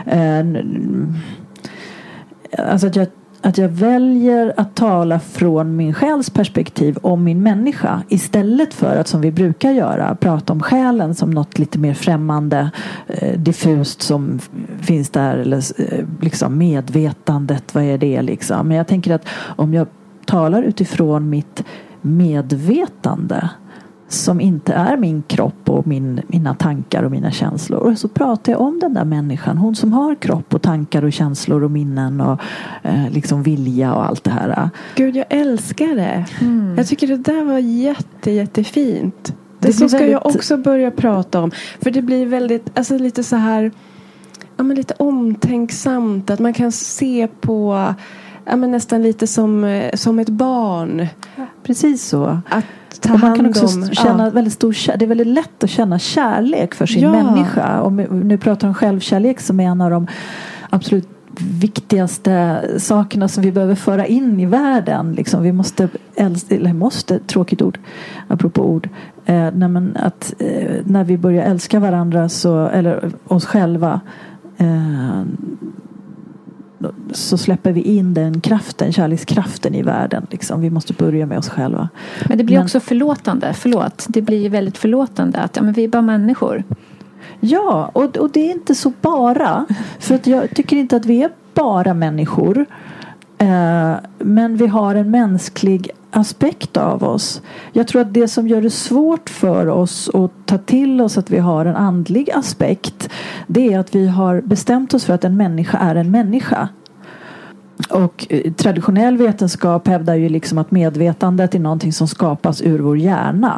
alltså att jag väljer att tala från min själs perspektiv om min människa, istället för att, som vi brukar göra, prata om själen som något lite mer främmande, diffust som finns där, eller liksom medvetandet, vad är det liksom. Men jag tänker att om jag talar utifrån mitt medvetande, som inte är min kropp och mina tankar och mina känslor, och så pratar jag om den där människan, hon som har kropp och tankar och känslor och minnen och liksom vilja och allt det här. Gud, jag älskar det. Jag tycker det där var jättefint. Det så ska jag också börja prata om. För det blir väldigt, alltså lite så här, ja, men lite omtänksamt. Att man kan se på, ja, men nästan lite som ett barn. Ja, precis så. Att och man kan också känna väldigt stor, det är väldigt lätt att känna kärlek för sin människa. Och nu pratar om självkärlek som är en av de absolut viktigaste sakerna som vi behöver föra in i världen. Liksom, vi måste, tråkigt ord, apropå ord, när vi börjar älska varandra eller oss själva, så släpper vi in den kraften, kärlekskraften i världen. Liksom. Vi måste börja med oss själva. Men det blir också förlåtande. Det blir väldigt förlåtande att men vi är bara människor. Ja, och det är inte så bara. För att jag tycker inte att vi är bara människor. Men vi har en mänsklig aspekt av oss. Jag tror att det som gör det svårt för oss att ta till oss att vi har en andlig aspekt, det är att vi har bestämt oss för att en människa är en människa. Och traditionell vetenskap hävdar ju liksom att medvetandet är någonting som skapas ur vår hjärna.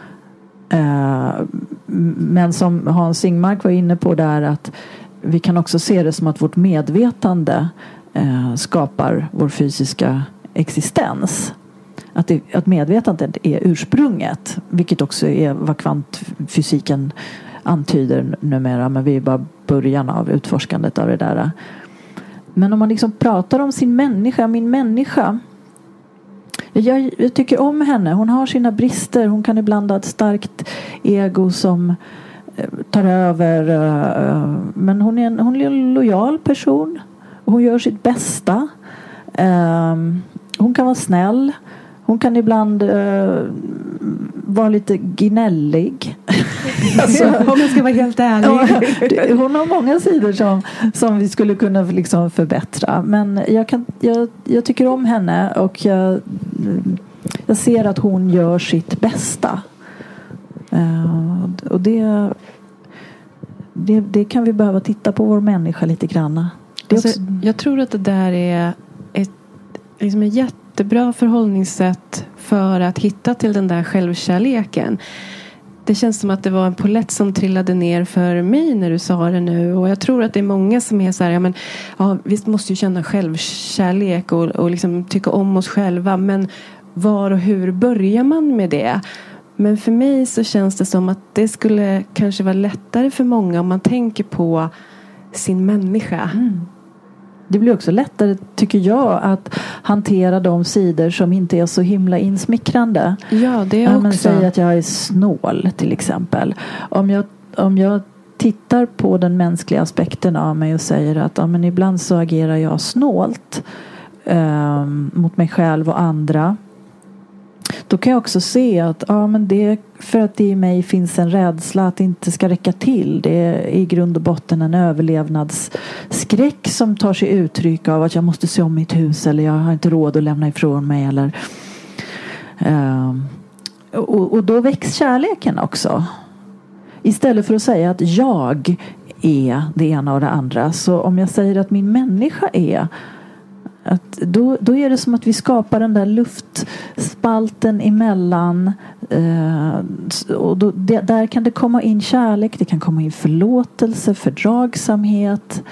Men som Hans Ingmark var inne på där, att vi kan också se det som att vårt medvetande skapar vår fysiska existens. Att medvetandet är ursprunget, vilket också är vad kvantfysiken antyder numera, men vi är bara början av utforskandet av det där. Men om man liksom pratar om min människa, jag tycker om henne. Hon har sina brister. Hon kan ibland ha ett starkt ego som tar över. Men hon är en lojal person. Hon gör sitt bästa. Hon kan vara snäll. Hon kan ibland vara lite gnällig. Alltså, om man ska vara helt ärlig. Hon har många sidor som vi skulle kunna liksom förbättra. Men jag tycker om henne. Och jag ser att hon gör sitt bästa. Och det kan vi behöva titta på vår människa lite grann. Jag tror att det där är ett jättebra förhållningssätt för att hitta till den där självkärleken. Det känns som att det var en polett som trillade ner för mig när du sa det nu. Och jag tror att det är många som är så här, visst måste ju känna självkärlek och liksom tycka om oss själva. Men var och hur börjar man med det? Men för mig så känns det som att det skulle kanske vara lättare för många om man tänker på sin människa. Mm. Det blir också lättare, tycker jag, att hantera de sidor som inte är så himla insmickrande. Ja, det är också. Man säger att jag är snål, till exempel. Om jag tittar på den mänskliga aspekten av mig och säger att men ibland så agerar jag snålt mot mig själv och andra. Då kan jag också se att men det, för att det i mig finns en rädsla att det inte ska räcka till. Det är i grund och botten en överlevnadsskräck som tar sig uttryck av att jag måste se om mitt hus, eller jag har inte råd att lämna ifrån mig, eller och då väcks kärleken också. Istället för att säga att jag är det ena och det andra, så om jag säger att min människa är, att då är det som att vi skapar den där luftspalten emellan, och där kan det komma in kärlek, det kan komma in förlåtelse, fördragsamhet,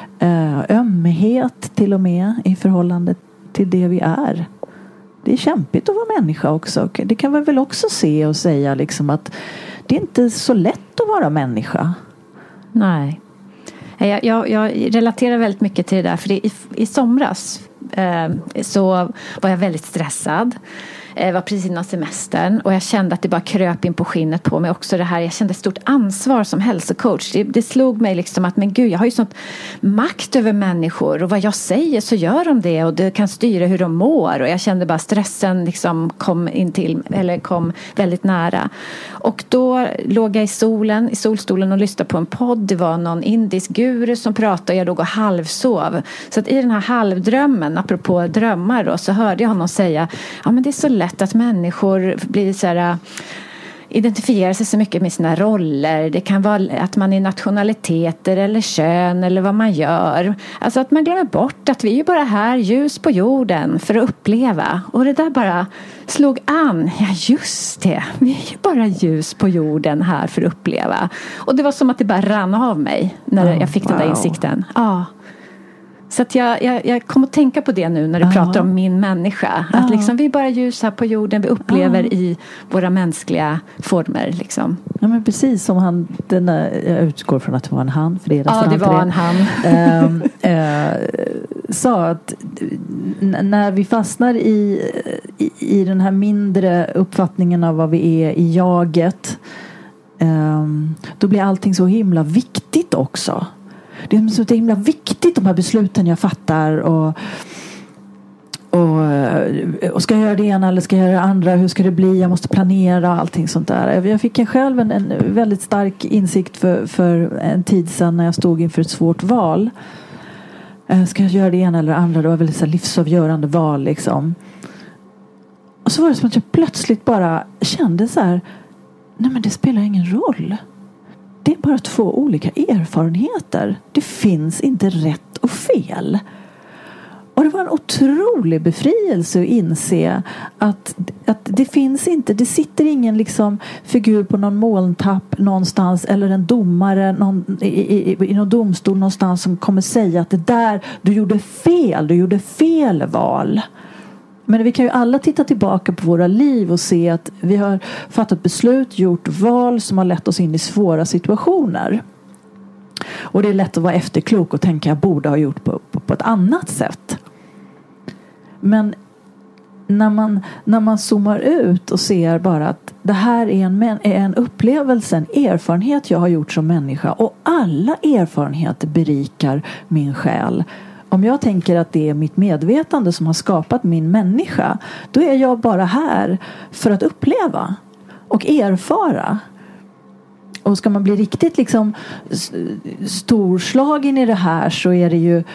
ömhet till och med i förhållande till det vi är. Det är kämpigt att vara människa också. Det kan man väl också se och säga liksom att det är inte så lätt att vara människa. Nej. Jag relaterar väldigt mycket till det där. För i somras så var jag väldigt stressad. Var precis innan semestern. Och jag kände att det bara kröp in på skinnet på mig också det här. Jag kände ett stort ansvar som hälsocoach. Det slog mig liksom att men gud, jag har ju sånt makt över människor. Och vad jag säger så gör de det. Och det kan styra hur de mår. Och jag kände bara stressen liksom kom väldigt nära. Och då låg jag i solstolen och lyssnade på en podd. Det var någon indisk guru som pratade. Jag låg och halvsov. Så att i den här halvdrömmen, apropå drömmar då, så hörde jag honom säga, ja men det är så lätt att människor blir så här identifiera sig så mycket med sina roller. Det kan vara att man är nationaliteter eller kön eller vad man gör. Alltså att man glömmer bort att vi är ju bara här, ljus på jorden, för att uppleva. Och det där bara slog an. Ja, just det. Vi är ju bara ljus på jorden här för att uppleva. Och det var som att det bara rann av mig när jag fick den där insikten. Ja. Så att jag kommer att tänka på det nu när du pratar om min människa. Att liksom vi är bara ljus här på jorden. Vi upplever i våra mänskliga former. Liksom. Ja, men precis som han, jag utgår från att det var en han. För det det var en han. Sa att när vi fastnar i den här mindre uppfattningen av vad vi är i jaget. Då blir allting så himla viktigt också. Det är så himla viktigt, de här besluten jag fattar och ska jag göra det ena eller ska jag göra det andra, hur ska det bli, jag måste planera och allting sånt där. Jag fick själv en väldigt stark insikt för en tid sedan när jag stod inför ett svårt val. Ska jag göra det ena eller det andra? Det var väldigt så livsavgörande val liksom. Och så var det som att jag plötsligt bara kände så här: nej, men det spelar ingen roll. Det är bara 2 olika erfarenheter. Det finns inte rätt och fel. Och det var en otrolig befrielse att inse att det finns inte, det sitter ingen liksom figur på någon molntapp någonstans eller en domare i någon domstol någonstans som kommer säga att det där, du gjorde fel val. Men vi kan ju alla titta tillbaka på våra liv och se att vi har fattat beslut, gjort val som har lett oss in i svåra situationer. Och det är lätt att vara efterklok och tänka att jag borde ha gjort på ett annat sätt. Men när man zoomar ut och ser bara att det här är en upplevelse, en erfarenhet jag har gjort som människa. Och alla erfarenheter berikar min själ. Om jag tänker att det är mitt medvetande som har skapat min människa, då är jag bara här för att uppleva och erfara. Och ska man bli riktigt liksom storslagen i det här, så är det ju,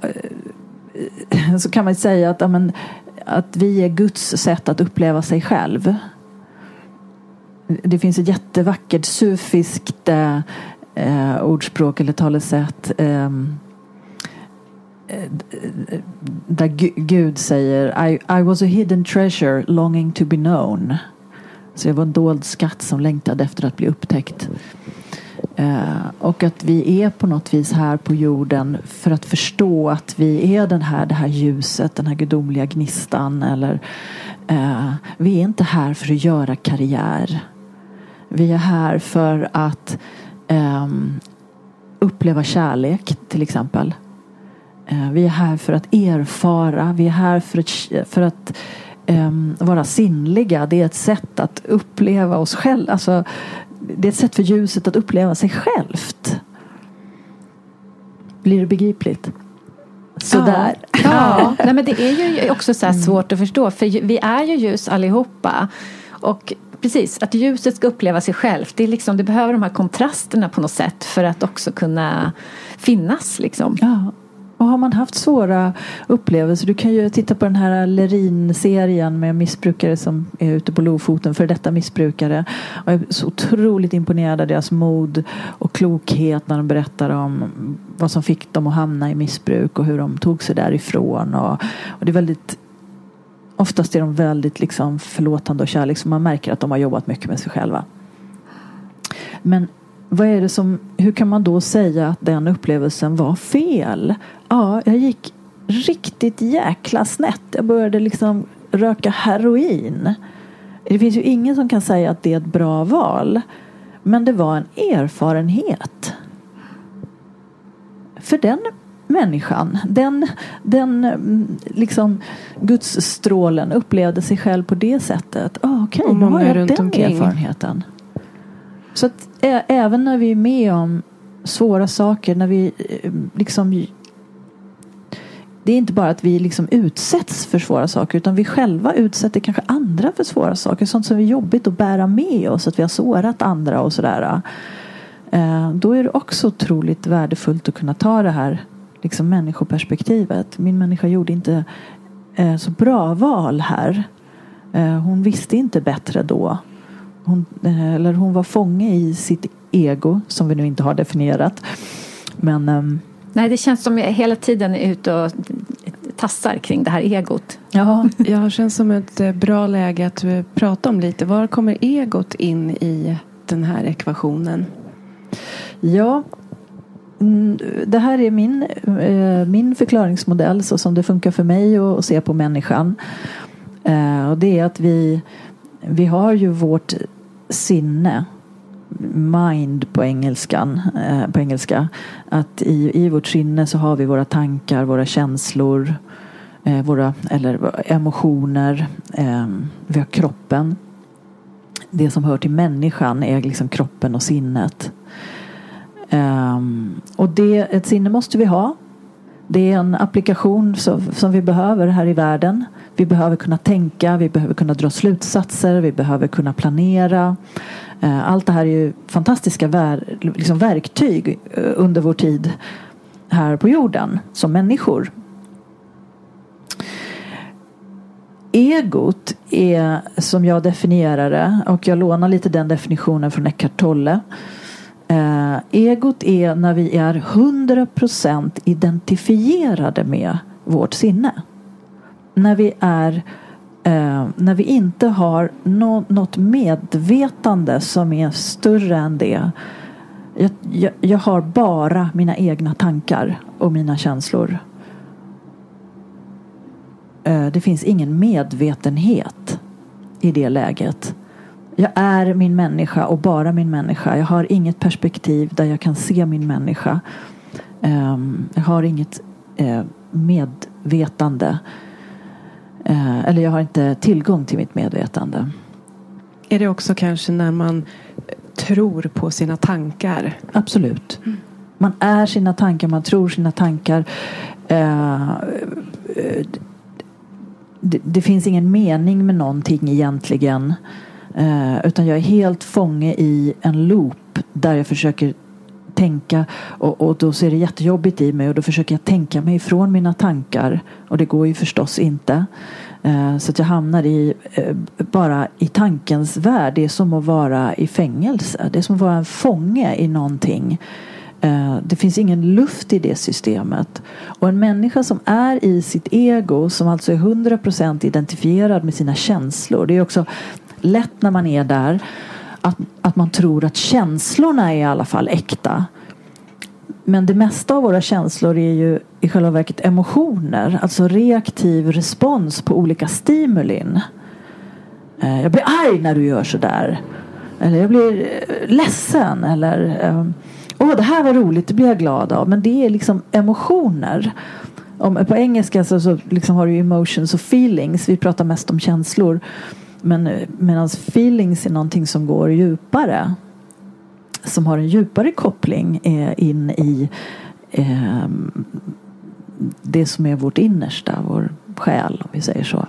så kan man säga att vi är Guds sätt att uppleva sig själv. Det finns ett jättevackert sufiskt ordspråk eller talesätt där Gud säger I was a hidden treasure longing to be known. Så jag var en dold skatt som längtade efter att bli upptäckt. Och att vi är på något vis här på jorden för att förstå att vi är det här ljuset, den här gudomliga gnistan. Eller vi är inte här för att göra karriär. Vi är här för att uppleva kärlek till exempel. Vi är här för att erfara. Vi är här för att vara sinnliga. Det är ett sätt att uppleva oss själva. Alltså, det är ett sätt för ljuset att uppleva sig självt. Blir det begripligt? Sådär. Ja. Nej, men det är ju också så här svårt att förstå. För vi är ju ljus allihopa. Och precis, att ljuset ska uppleva sig självt. Det är liksom, det behöver de här kontrasterna på något sätt för att också kunna finnas liksom. Ja. Och har man haft svåra upplevelser, du kan ju titta på den här Lerin-serien med missbrukare som är ute på Lofoten, för detta missbrukare. Och jag är så otroligt imponerad av deras mod och klokhet när de berättar om vad som fick dem att hamna i missbruk och hur de tog sig därifrån. Och det är väldigt, oftast är de väldigt liksom förlåtande och kärlek, så man märker att de har jobbat mycket med sig själva. Men vad är det hur kan man då säga att den upplevelsen var fel? Ja, jag gick riktigt jäkla snett. Jag började liksom röka heroin. Det finns ju ingen som kan säga att det är ett bra val. Men det var en erfarenhet. För den människan, den liksom Gudsstrålen upplevde sig själv på det sättet. Okej, nu har jag den erfarenheten. Så att även när vi är med om svåra saker, när vi liksom, det är inte bara att vi liksom utsätts för svåra saker, utan vi själva utsätter kanske andra för svåra saker, sånt som är jobbigt att bära med oss, att vi har sårat andra och sådär. Då är det också otroligt värdefullt att kunna ta det här liksom människoperspektivet. Min människa gjorde inte så bra val här. Hon visste inte bättre då. hon var fånge i sitt ego, som vi nu inte har definierat. Men nej, det känns som jag hela tiden är ute och tassar kring det här egot. Ja, det känns som ett bra läge att prata om lite. Var kommer egot in i den här ekvationen? Ja, det här är min förklaringsmodell så som det funkar för mig att se på människan. Och det är att vi har ju vårt sinne, mind på engelska, att i vårt sinne så har vi våra tankar, våra känslor, våra emotioner, vi har kroppen. Det som hör till människan är liksom kroppen och sinnet. Och ett sinne måste vi ha. Det är en applikation som vi behöver här i världen. Vi behöver kunna tänka, vi behöver kunna dra slutsatser, vi behöver kunna planera. Allt det här är ju fantastiska verktyg under vår tid här på jorden som människor. Egot är, som jag definierar det, och jag lånar lite den definitionen från Eckhart Tolle. Egot är när vi är 100% identifierade med vårt sinne. När vi inte har något medvetande som är större än det. Jag har bara mina egna tankar och mina känslor. Det finns ingen medvetenhet i det läget. Jag är min människa och bara min människa. Jag har inget perspektiv där jag kan se min människa. Jag har inget medvetande. Eller jag har inte tillgång till mitt medvetande. Är det också kanske när man tror på sina tankar? Absolut. Man är sina tankar, man tror sina tankar. Det finns ingen mening med någonting egentligen. Utan jag är helt fånge i en loop där jag försöker tänka och då ser det jättejobbigt i mig och då försöker jag tänka mig ifrån mina tankar och det går ju förstås inte. Så att jag hamnar bara i tankens värld. Det är som att vara i fängelse. Det är som att vara en fånge i någonting. Det finns ingen luft i det systemet. Och en människa som är i sitt ego, som alltså är 100% identifierad med sina känslor. Det är också lätt när man är där att man tror att känslorna är i alla fall äkta. Men det mesta av våra känslor är ju i själva verket emotioner. Alltså reaktiv respons på olika stimulin. Jag blir arg när du gör så där. Eller jag blir ledsen. Eller det här var roligt, det blir jag glad av. Men det är liksom emotioner. På engelska så liksom har du emotions och feelings. Vi pratar mest om känslor. Men medan feelings är någonting som går djupare. Som har en djupare koppling in i det som är vårt innersta, vår själ, om vi säger så.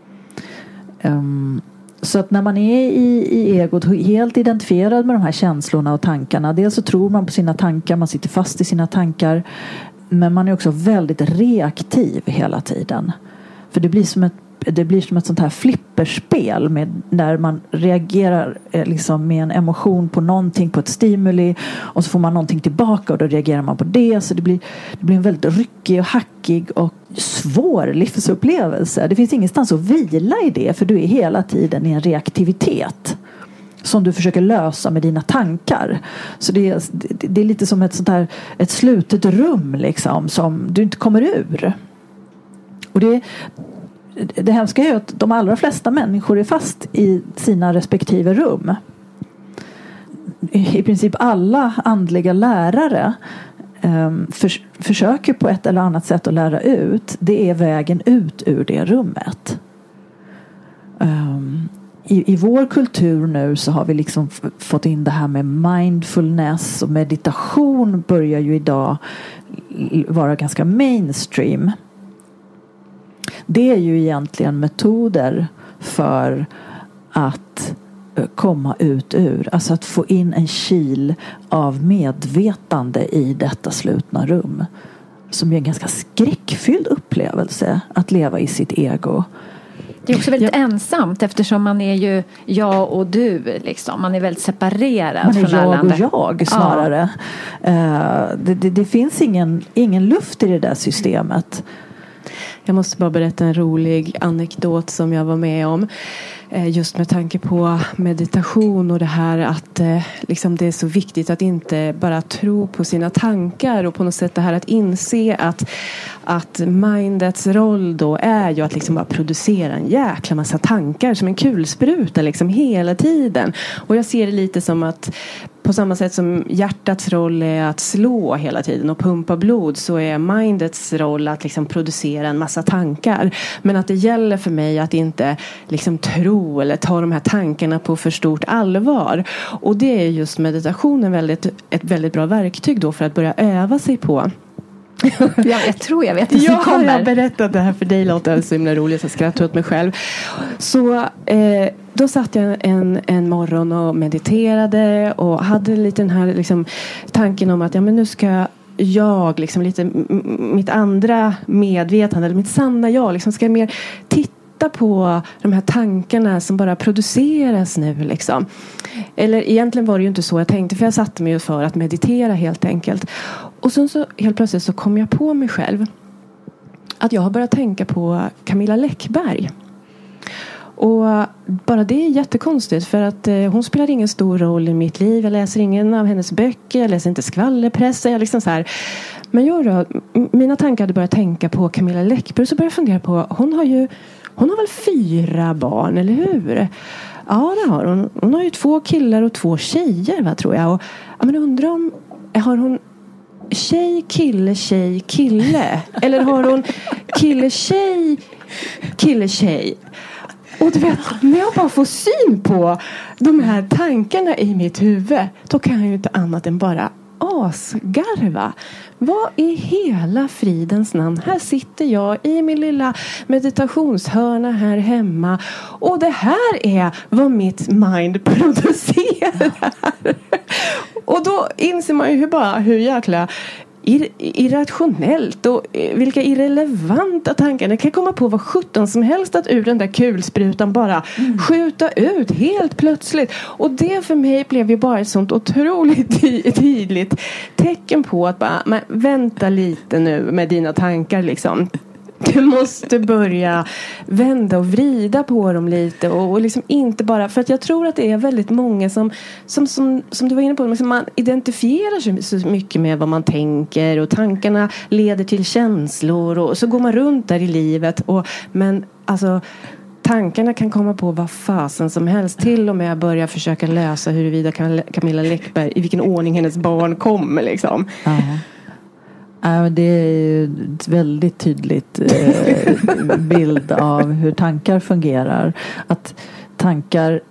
Så att när man är i egot helt identifierad med de här känslorna och tankarna. Dels så tror man på sina tankar, man sitter fast i sina tankar. Men man är också väldigt reaktiv hela tiden. För det blir som ett sånt här flipperspel där man reagerar liksom med en emotion på någonting, på ett stimuli, och så får man någonting tillbaka och då reagerar man på det. Så det blir en väldigt ryckig och hackig och svår livsupplevelse. Det finns ingenstans att vila i det, för du är hela tiden i en reaktivitet som du försöker lösa med dina tankar. Så det är lite som ett slutet rum liksom, som du inte kommer ur. Och det hemska är att de allra flesta människor är fast i sina respektive rum. I princip alla andliga lärare försöker på ett eller annat sätt att lära ut. Det är vägen ut ur det rummet. I vår kultur nu så har vi liksom fått in det här med mindfulness, och meditation börjar ju idag vara ganska mainstream. Det är ju egentligen metoder för att komma ut ur. Alltså att få in en kil av medvetande i detta slutna rum. Som är en ganska skräckfylld upplevelse att leva i sitt ego. Det är också väldigt ensamt eftersom man är ju jag och du liksom. Man är väldigt separerad man är från alla andra. jag snarare. Det finns ingen luft i det där systemet. Jag måste bara berätta en rolig anekdot som jag var med om. Just med tanke på meditation och det här att liksom det är så viktigt att inte bara tro på sina tankar och på något sätt det här att inse att mindets roll då är ju att liksom bara producera en jäkla massa tankar som en kulspruta liksom hela tiden. Och jag ser det lite som att på samma sätt som hjärtats roll är att slå hela tiden och pumpa blod, så är mindets roll att liksom producera en massa tankar. Men att det gäller för mig att inte liksom tro eller ta de här tankarna på för stort allvar. Och det är just meditationen ett väldigt bra verktyg då för att börja öva sig på. Jag tror jag vet att jag har berättat det här för dig, Lotta. Det är så himla roligt, jag skrattar åt mig själv. Så då satt jag en morgon och mediterade och hade lite den här liksom, tanken om att ja, men nu ska jag liksom lite mitt andra medvetande eller mitt sanna jag liksom ska mer titta på de här tankarna som bara produceras nu liksom. Eller egentligen var det ju inte så jag tänkte, för jag satte mig ju för att meditera helt enkelt. Och sen så helt plötsligt så kom jag på mig själv att jag har börjat tänka på Camilla Läckberg. Och bara det är jättekonstigt, för att hon spelar ingen stor roll i mitt liv. Jag läser ingen av hennes böcker, jag läser inte skvallerpress. Jag liksom så här. Men mina tankar hade börjat tänka på Camilla Läckberg. Så började jag fundera på, hon har väl 4 barn, eller hur? Ja, det har hon. Hon har ju 2 killar och 2 tjejer, va, tror jag. Och ja, men undrar om har hon tjej, kille? Eller har hon kille, tjej? Och du vet, när jag bara får syn på de här tankarna i mitt huvud, då kan jag ju inte annat än bara asgarva. Vad i hela fridens namn? Här sitter jag i min lilla meditationshörna här hemma, och det här är vad mitt mind producerar. Och då inser man ju hur jäkla irrationellt och vilka irrelevanta tankar. Det kan komma på vad 17 som helst att ur den där kulsprutan bara skjuta ut helt plötsligt. Och det för mig blev ju bara ett sånt otroligt tydligt tecken på att bara, men vänta lite nu med dina tankar liksom. Du måste börja vända och vrida på dem lite och liksom inte bara, för att jag tror att det är väldigt många som du var inne på, liksom man identifierar sig så mycket med vad man tänker, och tankarna leder till känslor, och så går man runt där i livet, men alltså tankarna kan komma på vad fasen som helst, till och med börja försöka lösa huruvida Camilla Läckberg, i vilken ordning hennes barn kommer liksom. Det är ett väldigt tydligt bild av hur tankar fungerar. Att tankar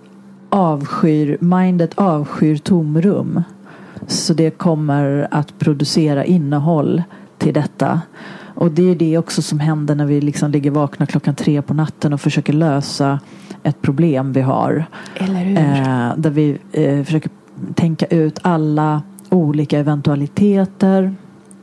mindet avskyr tomrum. Så det kommer att producera innehåll till detta. Och det är det också som händer när vi liksom ligger vakna 3:00 på natten och försöker lösa ett problem vi har. Eller hur? Där vi försöker tänka ut alla olika eventualiteter.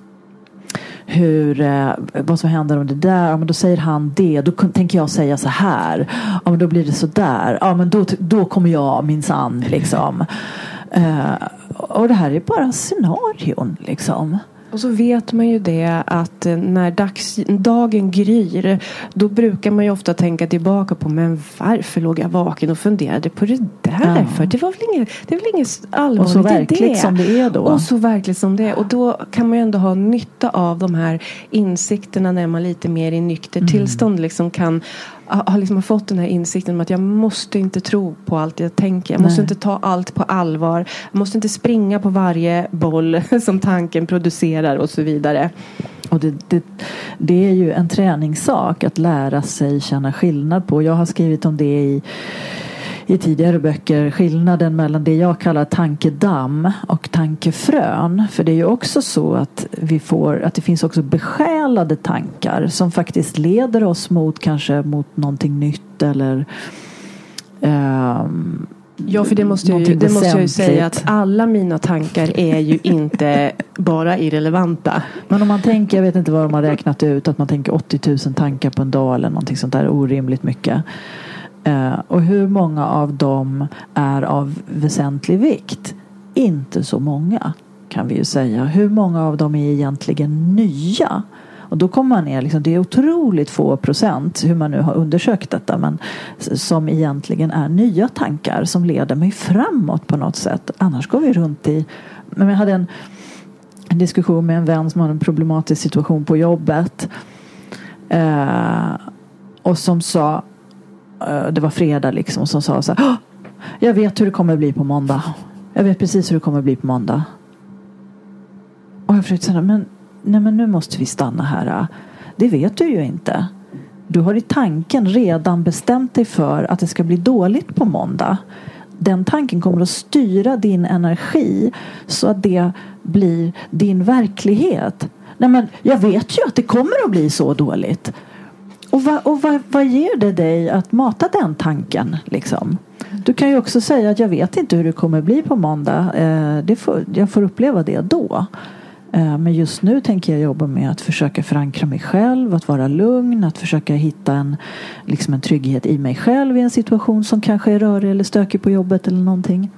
Vad som händer om det där, ja, men då säger han det, då tänker jag säga så här, ja, men då blir det så där, ja, men då kommer jag minsann liksom. Och det här är bara scenarion liksom. Och så vet man ju det att när dagen gryr, då brukar man ju ofta tänka tillbaka på, men varför låg jag vaken och funderade på det där? För det var väl inget allvarligt. Och så verkligt som det är då. Och så verkligt som det är. Och då kan man ju ändå ha nytta av de här insikterna när man lite mer i nykter tillstånd liksom har liksom fått den här insikten om att jag måste inte tro på allt jag tänker. Jag måste inte ta allt på allvar. Jag måste inte springa på varje boll som tanken producerar och så vidare. Och det är ju en träningssak att lära sig känna skillnad på. Jag har skrivit om det i tidigare böcker, skillnaden mellan det jag kallar tankedamm och tankefrön. För det är ju också så att det finns också besjälade tankar som faktiskt leder oss mot någonting nytt, eller Ja, för det måste jag ju säga att alla mina tankar är ju inte bara irrelevanta. Men om man tänker, jag vet inte vad de har räknat ut, att man tänker 80 000 tankar på en dag eller någonting sånt där, orimligt mycket. Och hur många av dem är av väsentlig vikt? Inte så många, kan vi ju säga. Hur många av dem är egentligen nya? Och då kommer man ner, liksom, det är otroligt få procent, hur man nu har undersökt detta, men som egentligen är nya tankar som leder mig framåt på något sätt. Annars går vi runt i... Men jag hade en diskussion med en vän som hade en problematisk situation på jobbet. Och som sa, det var fredag liksom, som sa så här: jag vet hur det kommer bli på måndag. Jag vet precis hur det kommer bli på måndag. Och jag försökte säga, men nu måste vi stanna här. Det vet du ju inte. Du har i tanken redan bestämt dig för att det ska bli dåligt på måndag. Den tanken kommer att styra din energi så att det blir din verklighet. Nej, men jag vet ju att det kommer att bli så dåligt. Och vad ger det dig att mata den tanken liksom? Du kan ju också säga att jag vet inte hur det kommer bli på måndag. Jag får uppleva det då. Men just nu tänker jag jobba med att försöka förankra mig själv, att vara lugn, att försöka hitta en trygghet i mig själv i en situation som kanske är rörig eller stökig på jobbet eller någonting.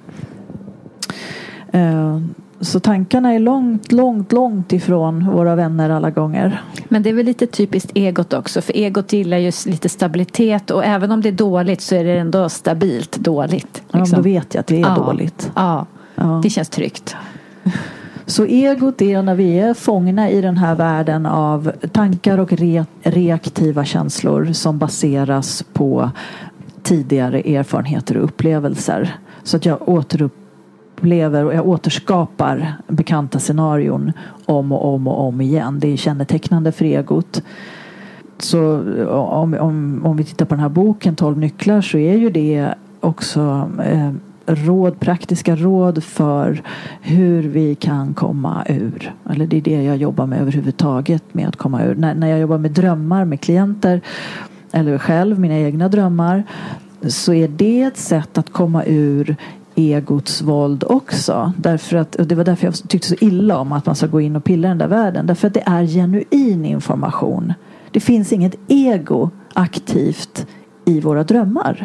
Så tankarna är långt ifrån våra vänner alla gånger. Men det är väl lite typiskt egot också. För egot gillar ju lite stabilitet. Och även om det är dåligt så är det ändå stabilt dåligt. Liksom. Ja, då vet jag att det är dåligt. Ja, det känns tryggt. Så egot är när vi är fångna i den här världen av tankar och reaktiva känslor som baseras på tidigare erfarenheter och upplevelser. Så att jag återupplever och jag återskapar bekanta scenarion om igen. Det är kännetecknande för egot. Så om vi tittar på den här boken 12 nycklar, så är ju det också praktiska råd för hur vi kan komma ur. Eller det är det jag jobbar med överhuvudtaget, med att komma ur. När jag jobbar med drömmar med klienter eller själv, mina egna drömmar, så är det ett sätt att komma ur egots våld också. Därför att, och det var därför jag tyckte så illa om att man ska gå in och pilla i den där världen. Därför att det är genuin information. Det finns inget ego aktivt i våra drömmar.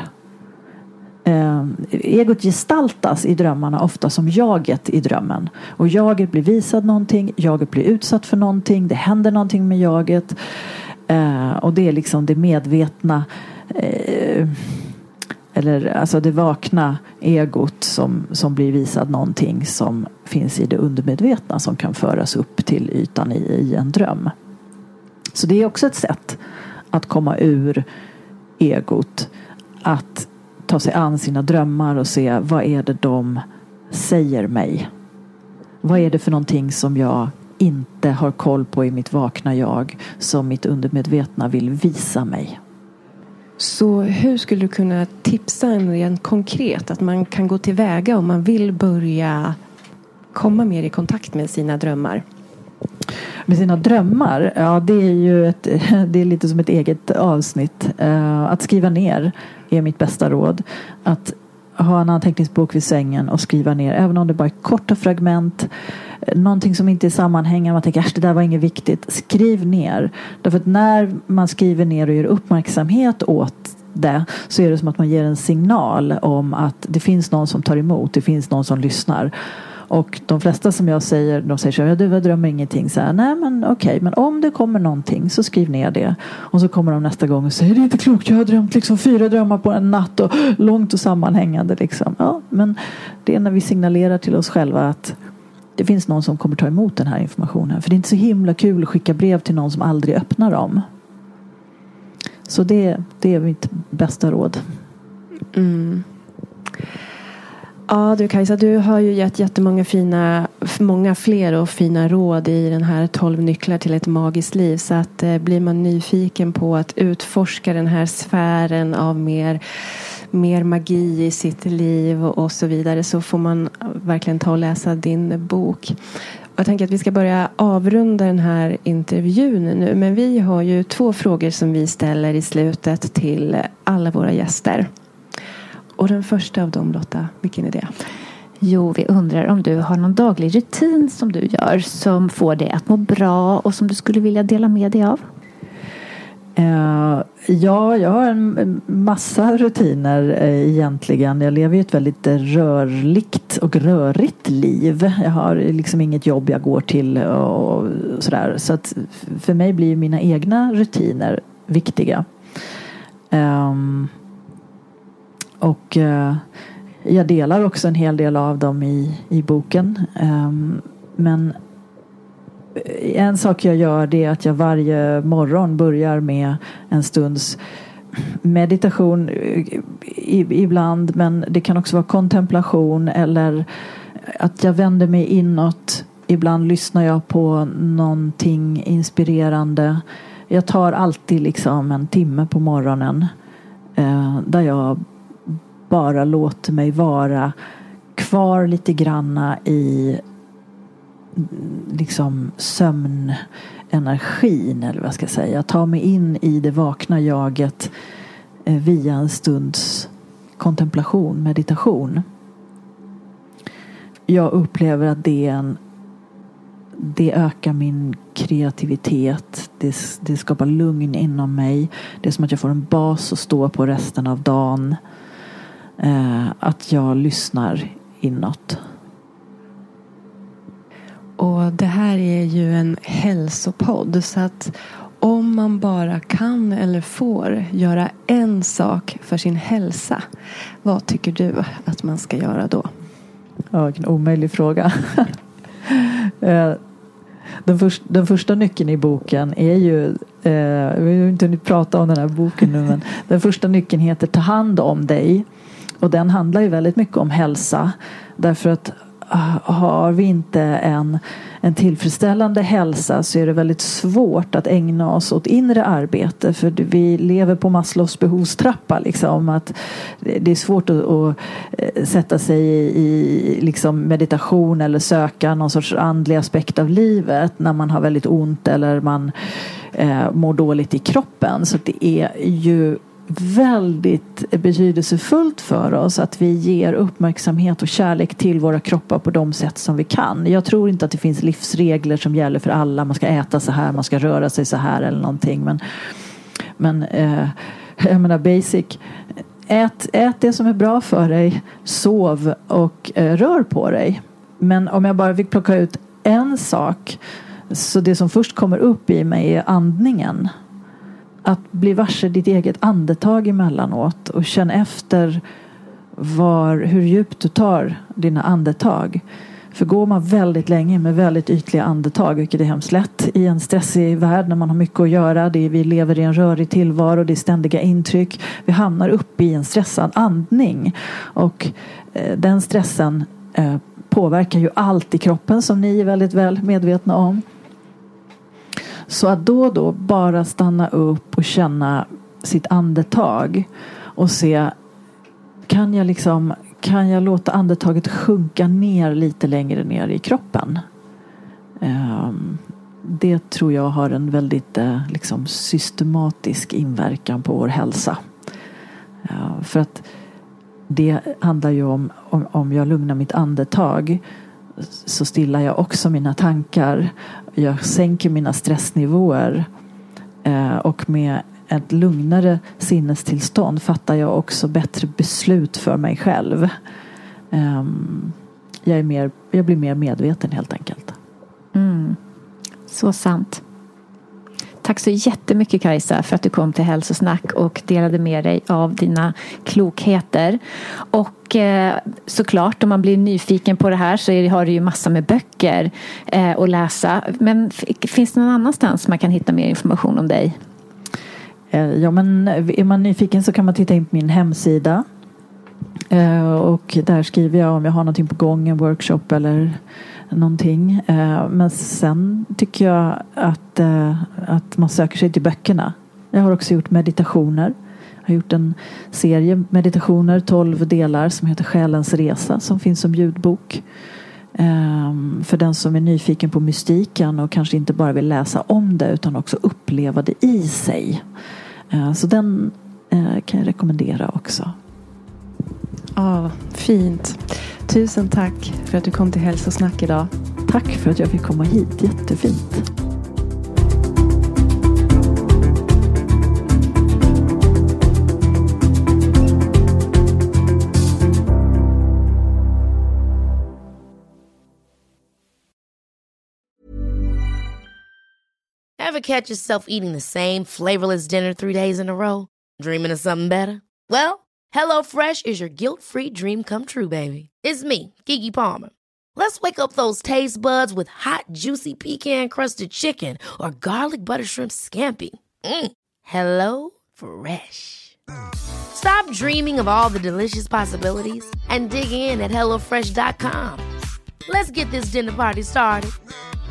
Egot gestaltas i drömmarna ofta som jaget i drömmen. Och jaget blir visad någonting, jaget blir utsatt för någonting, det händer någonting med jaget. Och det är liksom det medvetna eller alltså det vakna egot som blir visad någonting som finns i det undermedvetna, som kan föras upp till ytan i en dröm. Så det är också ett sätt att komma ur egot, att ta sig an sina drömmar och se, vad är det de säger mig? Vad är det för någonting som jag inte har koll på i mitt vakna jag, som mitt undermedvetna vill visa mig? Så hur skulle du kunna tipsa en rent konkret att man kan gå tillväga om man vill börja komma mer i kontakt med sina drömmar? Med sina drömmar? Ja, det är ju det är lite som ett eget avsnitt. Att skriva ner är mitt bästa råd. Att ha en anteckningsbok vid sängen och skriva ner, även om det bara är korta fragment, någonting som inte är sammanhängande, man tänker det där var inget viktigt, skriv ner. Därför att när man skriver ner och ger uppmärksamhet åt det, så är det som att man ger en signal om att det finns någon som tar emot, det finns någon som lyssnar. Och de flesta som jag säger, de säger så här, du drömmer ingenting. Så här, nej men okej, men om det kommer någonting så skriv ner det. Och så kommer de nästa gång och säger, det är inte klokt, jag har drömt liksom 4 drömmar på en natt och långt och sammanhängande liksom. Ja, men det är när vi signalerar till oss själva att det finns någon som kommer ta emot den här informationen. För det är inte så himla kul att skicka brev till någon som aldrig öppnar dem. Så det är mitt bästa råd. Mm. Ja du Kajsa, du har ju gett jättemånga många fler och fina råd i den här 12 nycklar till ett magiskt liv. Så att blir man nyfiken på att utforska den här sfären av mer magi i sitt liv och så vidare, så får man verkligen ta och läsa din bok. Jag tänker att vi ska börja avrunda den här intervjun nu. Men vi har ju 2 frågor som vi ställer i slutet till alla våra gäster. Och den första av dem, Lotta, vilken är det? Jo, vi undrar om du har någon daglig rutin som du gör som får dig att må bra och som du skulle vilja dela med dig av? Ja, jag har en massa rutiner egentligen. Jag lever ju ett väldigt rörligt och rörigt liv. Jag har liksom inget jobb jag går till och sådär. Så att för mig blir mina egna rutiner viktiga. Och jag delar också en hel del av dem i boken. Men en sak jag gör, det är att jag varje morgon börjar med en stunds meditation ibland, men det kan också vara kontemplation eller att jag vänder mig inåt. Ibland lyssnar jag på någonting inspirerande. Jag tar alltid liksom en timme på morgonen där jag bara låter mig vara kvar lite granna i liksom sömnenergin, eller vad jag ska säga. Ta mig in i det vakna jaget via en stunds kontemplation, meditation. Jag upplever att det ökar min kreativitet. Det skapar lugn inom mig. Det är som att jag får en bas att stå på resten av dagen. Att jag lyssnar inåt. Och det här är ju en hälsopodd, så att om man bara kan eller får göra en sak för sin hälsa, vad tycker du att man ska göra då? Ja, vilken omöjlig fråga. Den första nyckeln i boken är ju, vi har inte hunnit prata om den här boken nu, men den första nyckeln heter Ta hand om dig. Och den handlar ju väldigt mycket om hälsa. Därför att har vi inte en tillfredsställande hälsa så är det väldigt svårt att ägna oss åt inre arbete. För vi lever på Maslows behovstrappa. Liksom, att det är svårt att sätta sig i liksom meditation eller söka någon sorts andlig aspekt av livet när man har väldigt ont eller man mår dåligt i kroppen. Så det är ju väldigt betydelsefullt för oss att vi ger uppmärksamhet och kärlek till våra kroppar på de sätt som vi kan. Jag tror inte att det finns livsregler som gäller för alla. Man ska äta så här, man ska röra sig så här eller någonting. Men jag menar basic. Ät det som är bra för dig. Sov och rör på dig. Men om jag bara fick plocka ut en sak, så det som först kommer upp i mig är andningen. Att bli varse ditt eget andetag emellanåt och känn efter hur djupt du tar dina andetag. För går man väldigt länge med väldigt ytliga andetag, vilket är hemskt lätt i en stressig värld när man har mycket att göra. Vi lever i en rörig tillvaro, det är ständiga intryck. Vi hamnar upp i en stressad andning. Och den stressen påverkar ju allt i kroppen, som ni är väldigt väl medvetna om. Så att då och då bara stanna upp och känna sitt andetag och se, kan jag låta andetaget sjunka ner lite längre ner i kroppen? Det tror jag har en väldigt systematisk inverkan på vår hälsa. För att det handlar ju om jag lugnar mitt andetag, så stillar jag också mina tankar. Jag sänker mina stressnivåer. Och med ett lugnare sinnestillstånd fattar jag också bättre beslut för mig själv. Jag blir mer medveten helt enkelt. Så sant. Tack så jättemycket, Kajsa, för att du kom till Hälsosnack och delade med dig av dina klokheter. Och såklart, om man blir nyfiken på det här så har du ju massa med böcker att läsa. Men finns det någon annanstans man kan hitta mer information om dig? Ja, men är man nyfiken så kan man titta in på min hemsida. Och där skriver jag om jag har någonting på gång, en workshop eller någonting. Men sen tycker jag att man söker sig till böckerna. Jag har också gjort meditationer. Jag har gjort en serie meditationer, 12 delar, som heter Själens resa, som finns som ljudbok. För den som är nyfiken på mystiken och kanske inte bara vill läsa om det utan också uppleva det i sig. Så den kan jag rekommendera också. Ja, fint. Tusen tack för att du kom till Hälsosnack idag. Tack för att jag fick komma hit. Jättefint. Ever catch yourself eating the same flavorless dinner 3 days in a row? Dreaming of something better? Well, HelloFresh is your guilt-free dream come true, baby. It's me, Keke Palmer. Let's wake up those taste buds with hot, juicy pecan-crusted chicken or garlic butter shrimp scampi. Hello Fresh. Stop dreaming of all the delicious possibilities and dig in at HelloFresh.com. Let's get this dinner party started.